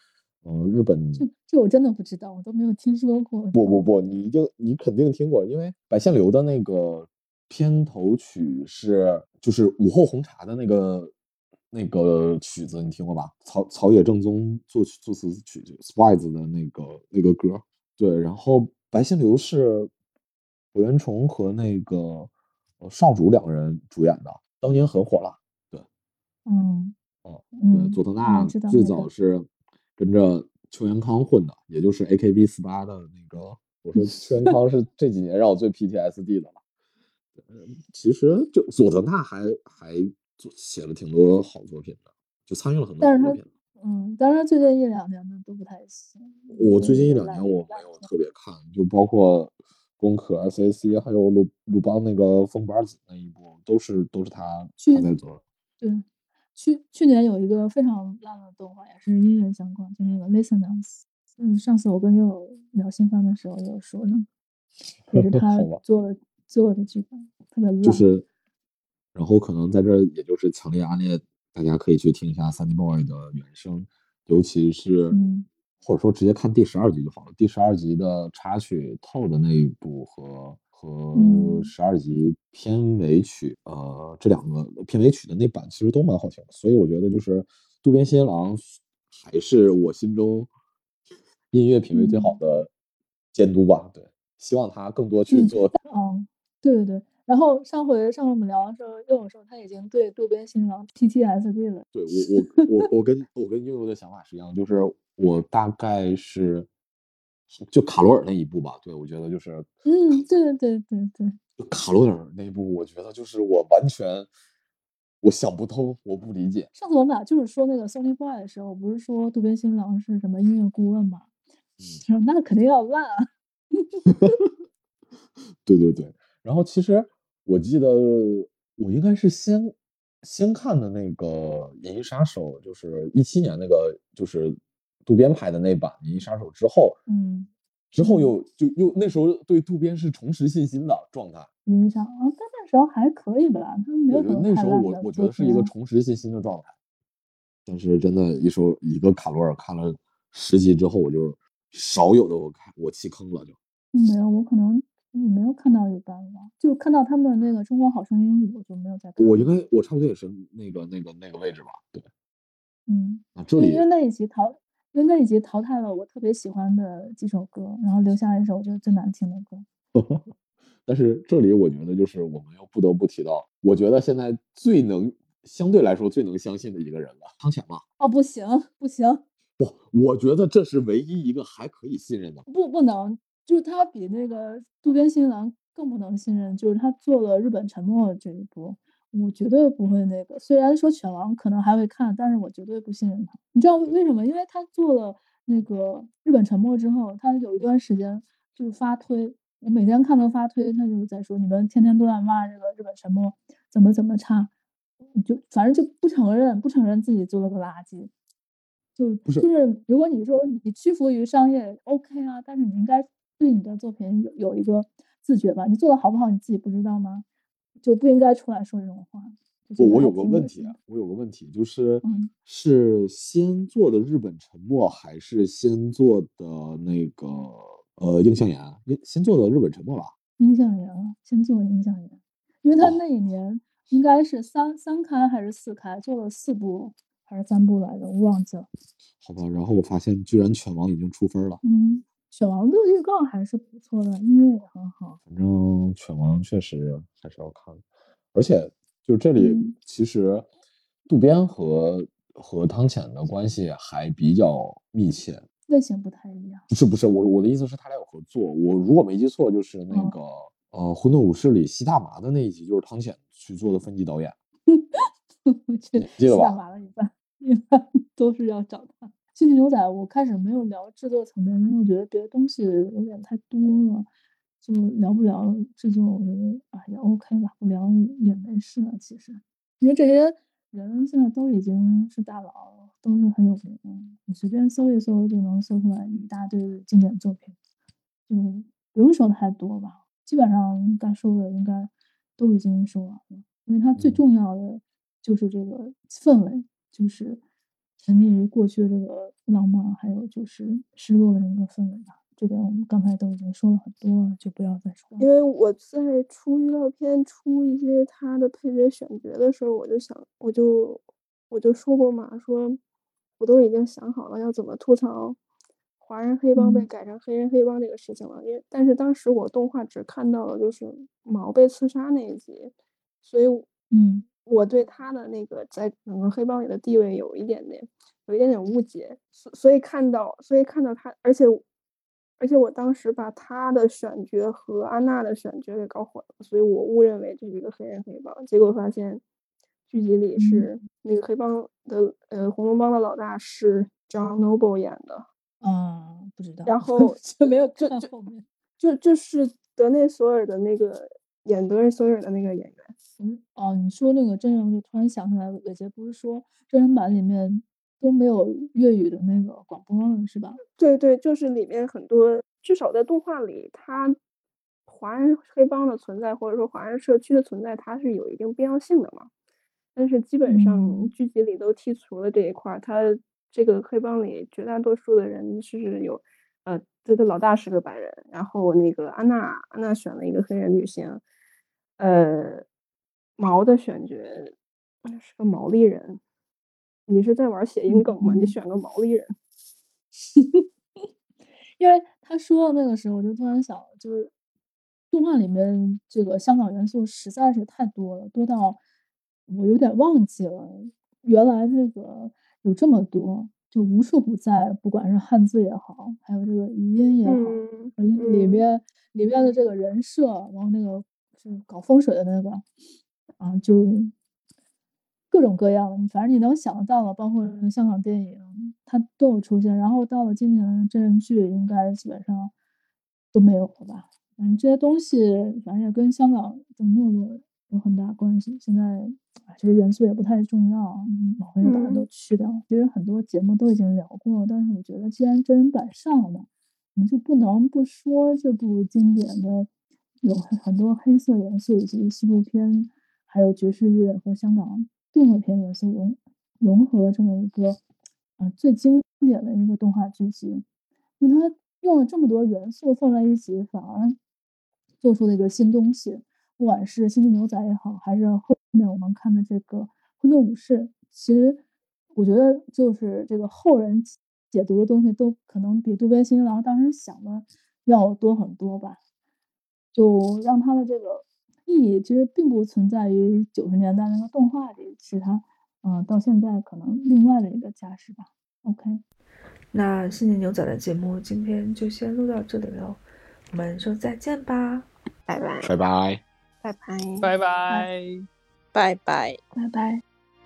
日本这我真的不知道，我都没有听说过。 不，你肯定听过，因为白线流的那个片头曲就是午后红茶的那个曲子，你听过吧？草野正宗作词曲，就 Spice 的那个歌。对，然后白线流是柏原崇和那个少主两个人主演的，当年很火了。对， 嗯对，佐藤我娜最知道那个。 早是跟着邱元康混的，也就是 AKB48的那个。我说邱元康是这几年让我最 PTSD 的了。其实就佐藤娜还写了挺多好作品的，就参与了很多但是他好作品。 但是他最近一两年的都不太行。 我最近一两年我没有特别看，就包括攻壳 SAC 还有鲁邦那个风八子那一部，都是他在做。 对，去年有一个非常烂的动画，也是音乐相关，就那个 Listeners。上次我跟佑聊新番的时候有说的，也是他做的剧本，特别烂。 就是，然后可能在这儿，也就是强烈安利大家可以去听一下 Sunny Boy 的原声，尤其是，或者说直接看第12集就好了。第12集的插曲透的那一部和12集片尾曲，这两个片尾曲的那版其实都蛮好听的，所以我觉得就是渡边新郎还是我心中音乐品味最好的监督吧。对，希望他更多去做。 对。然后上回我们聊的时候，又有说他已经对渡边新郎 PTSD 了。 对，我跟悠悠的想法是一样，就是我大概是就卡罗尔那一部吧。对，我觉得就是对。 就卡罗尔那一部，我觉得就是我完全我想不通，我不理解。 上次我们俩就是说那个 Sony Boy 的时候，不是说渡边新郎是什么音乐顾问嘛？那肯定要烂啊。 对。然后其实我记得我应该是先看的那个《银翼杀手》，就是17年那个，就是渡边拍的那版《银翼杀手》之后，之后又那时候对渡边是重拾信心的状态。 银翼杀手但那时候还可以吧，他没有什么那时候太烂的我觉得是一个重拾信心的状态。但是真的，一个卡罗尔看了10集之后，我就少有的我弃坑了就。 没有，我可能没有看到一半吧，就看到他们那个《中国好声音》，我就没有再看。 我差不多也是那个位置吧。对， 这里因为那一集淘汰了我特别喜欢的几首歌，然后留下了一首我觉得最难听的歌。 但是这里我觉得就是我们又不得不提到，我觉得现在相对来说最能相信的一个人了，汤浅嘛。 不行， 我觉得这是唯一一个还可以信任的。 不能，就是他比那个渡边新郎更不能信任，就是他做了日本沉没这一步，我绝对不会那个。虽然说犬王可能还会看，但是我绝对不信任他。你知道为什么？因为他做了那个日本沉没之后，他有一段时间就是发推，我每天看他发推，他就是在说你们天天都在骂这个日本沉没怎么差，反正就不承认自己做了个垃圾。就是如果你说你屈服于商业 OK 啊，但是你应该对你的作品有一个自觉吧？你做的好不好你自己不知道吗？就不应该出来说这种话。 我有个问题，是先做的日本沉没，还是先做的那个映像岩？先做的日本沉没吧？ 映像岩先做映像岩，因为他那一年应该是三开还是4开，做了4部还是3部来着，我忘记了。 好吧，然后我发现居然犬王已经出分了。 犬王的预告还是不错的，音乐也很好。 反正犬王确实还是要看，而且就这里其实渡边和汤浅的关系还比较密切， 类型不太一样。 不是，我的意思是他俩有合作。我如果没记错，就是那个混沌武士里吸大麻的那一集，就是汤浅去做的分级导演。记得吧？ 吸大麻的一般都是要找他。星际牛仔我开始没有聊制作层面，因为我觉得别的东西有点太多了，就聊不了制作，我觉得也 OK 吧，不聊也没事了。其实，因为这些人现在都已经是大佬了，都是很有名，你随便搜一搜就能搜出来一大堆经典作品，就不用说太多吧。基本上该说的应该都已经说完了，因为它最重要的就是这个氛围，就是沉溺于过去的这个浪漫，还有就是失落的那个氛围吧。这点我们刚才都已经说了很多了，就不要再说了。 因为我在出预告片、出一些他的配角选角的时候，我就说过嘛，说我都已经想好了要怎么吐槽华人黑帮被改成黑人黑帮这个事情了。但是当时我动画只看到了就是毛被刺杀那一集，所以我对他的那个在整个黑帮里的地位有一点点误解，所以看到他，而且我当时把他的选角和安娜的选角给搞混了，所以我误认为这是一个黑人黑帮，结果发现剧集里是那个黑帮的红龙帮的老大是 John Noble 演的。 不知道。 然后就没有看后面。 就是德内索尔的那个演德内索尔的那个演员。 你说那个真人，我就突然想起来，伟杰不是说真人版里面都没有粤语的那个广播了，是吧？ 对，就是里面很多，至少在动画里，它华人黑帮的存在，或者说华人社区的存在，它是有一定必要性的嘛。但是基本上剧集里都剔除了这一块，它这个黑帮里绝大多数的人是有，这个老大是个白人，然后那个安娜选了一个黑人女性，毛的选角是个毛利人。你是在玩谐音梗吗？你选个毛利人。 因为他说的那个时候，我就突然想，就是动画里面这个香港元素实在是太多了，多到我有点忘记了，原来这个有这么多，就无处不在，不管是汉字也好，还有这个语音也好，里面的这个人设，然后那个是搞风水的那个就各种各样的，反正你能想得到的，包括香港电影，它都有出现。然后到了今年的真人剧，应该基本上都没有了吧？这些东西反正也跟香港的没有很大关系。现在这些元素也不太重要，往回就把它都去掉。其实很多节目都已经聊过，但是我觉得既然真人版上了嘛，我们就不能不说这部经典的有很多黑色元素以及西部片，还有爵士乐和香港动作片元素融合这么一个最经典的一个动画剧集。因为它用了这么多元素放在一起，反而做出了一个新东西。不管是《星际牛仔》也好，还是后面我们看的这个《混沌武士》，其实我觉得就是这个后人解读的东西都可能比渡边新一郎当时想的要多很多吧，就让他的这个意义其实并不存在于90年代那个动画里，是他到现在可能另外的一个价值吧。OK， 那星际牛仔的节目今天就先录到这里喽，我们说再见吧， 拜拜， 拜拜， 拜拜， 拜拜， 拜拜， 拜拜。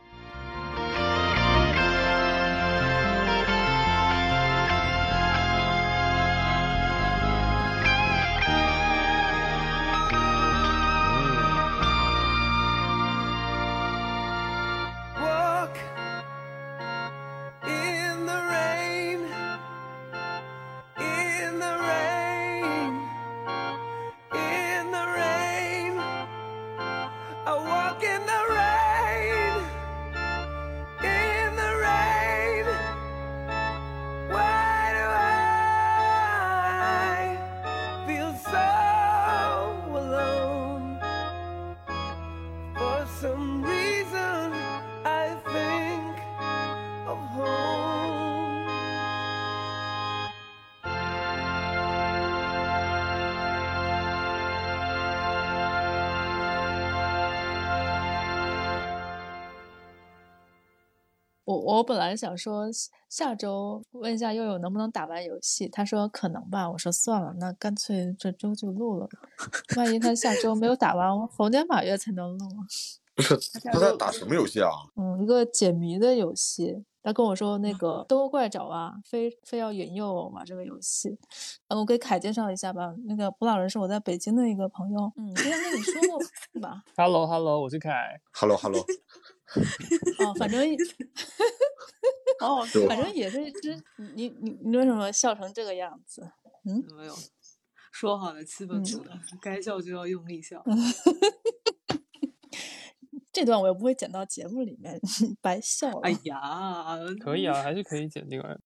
我本来想说下周问一下悠悠能不能打完游戏，他说可能吧，我说算了，那干脆这周就录了，万一他下周没有打完，我猴年马月才能录。 不是他在打什么游戏啊？ 一个解谜的游戏。他跟我说那个都怪爪哇非要引诱我玩这个游戏。我给凯介绍一下吧，那个卜老人是我在北京的一个朋友，之前跟你说过吧。 Hello， 我是凯。 Hello。 反正反正也是一只你为什么笑成这个样子？ 没有，说好的气氛组的，该笑就要用力笑。 这段我又不会剪到节目里面，白笑了。 哎呀， 可以啊，还是可以剪进来。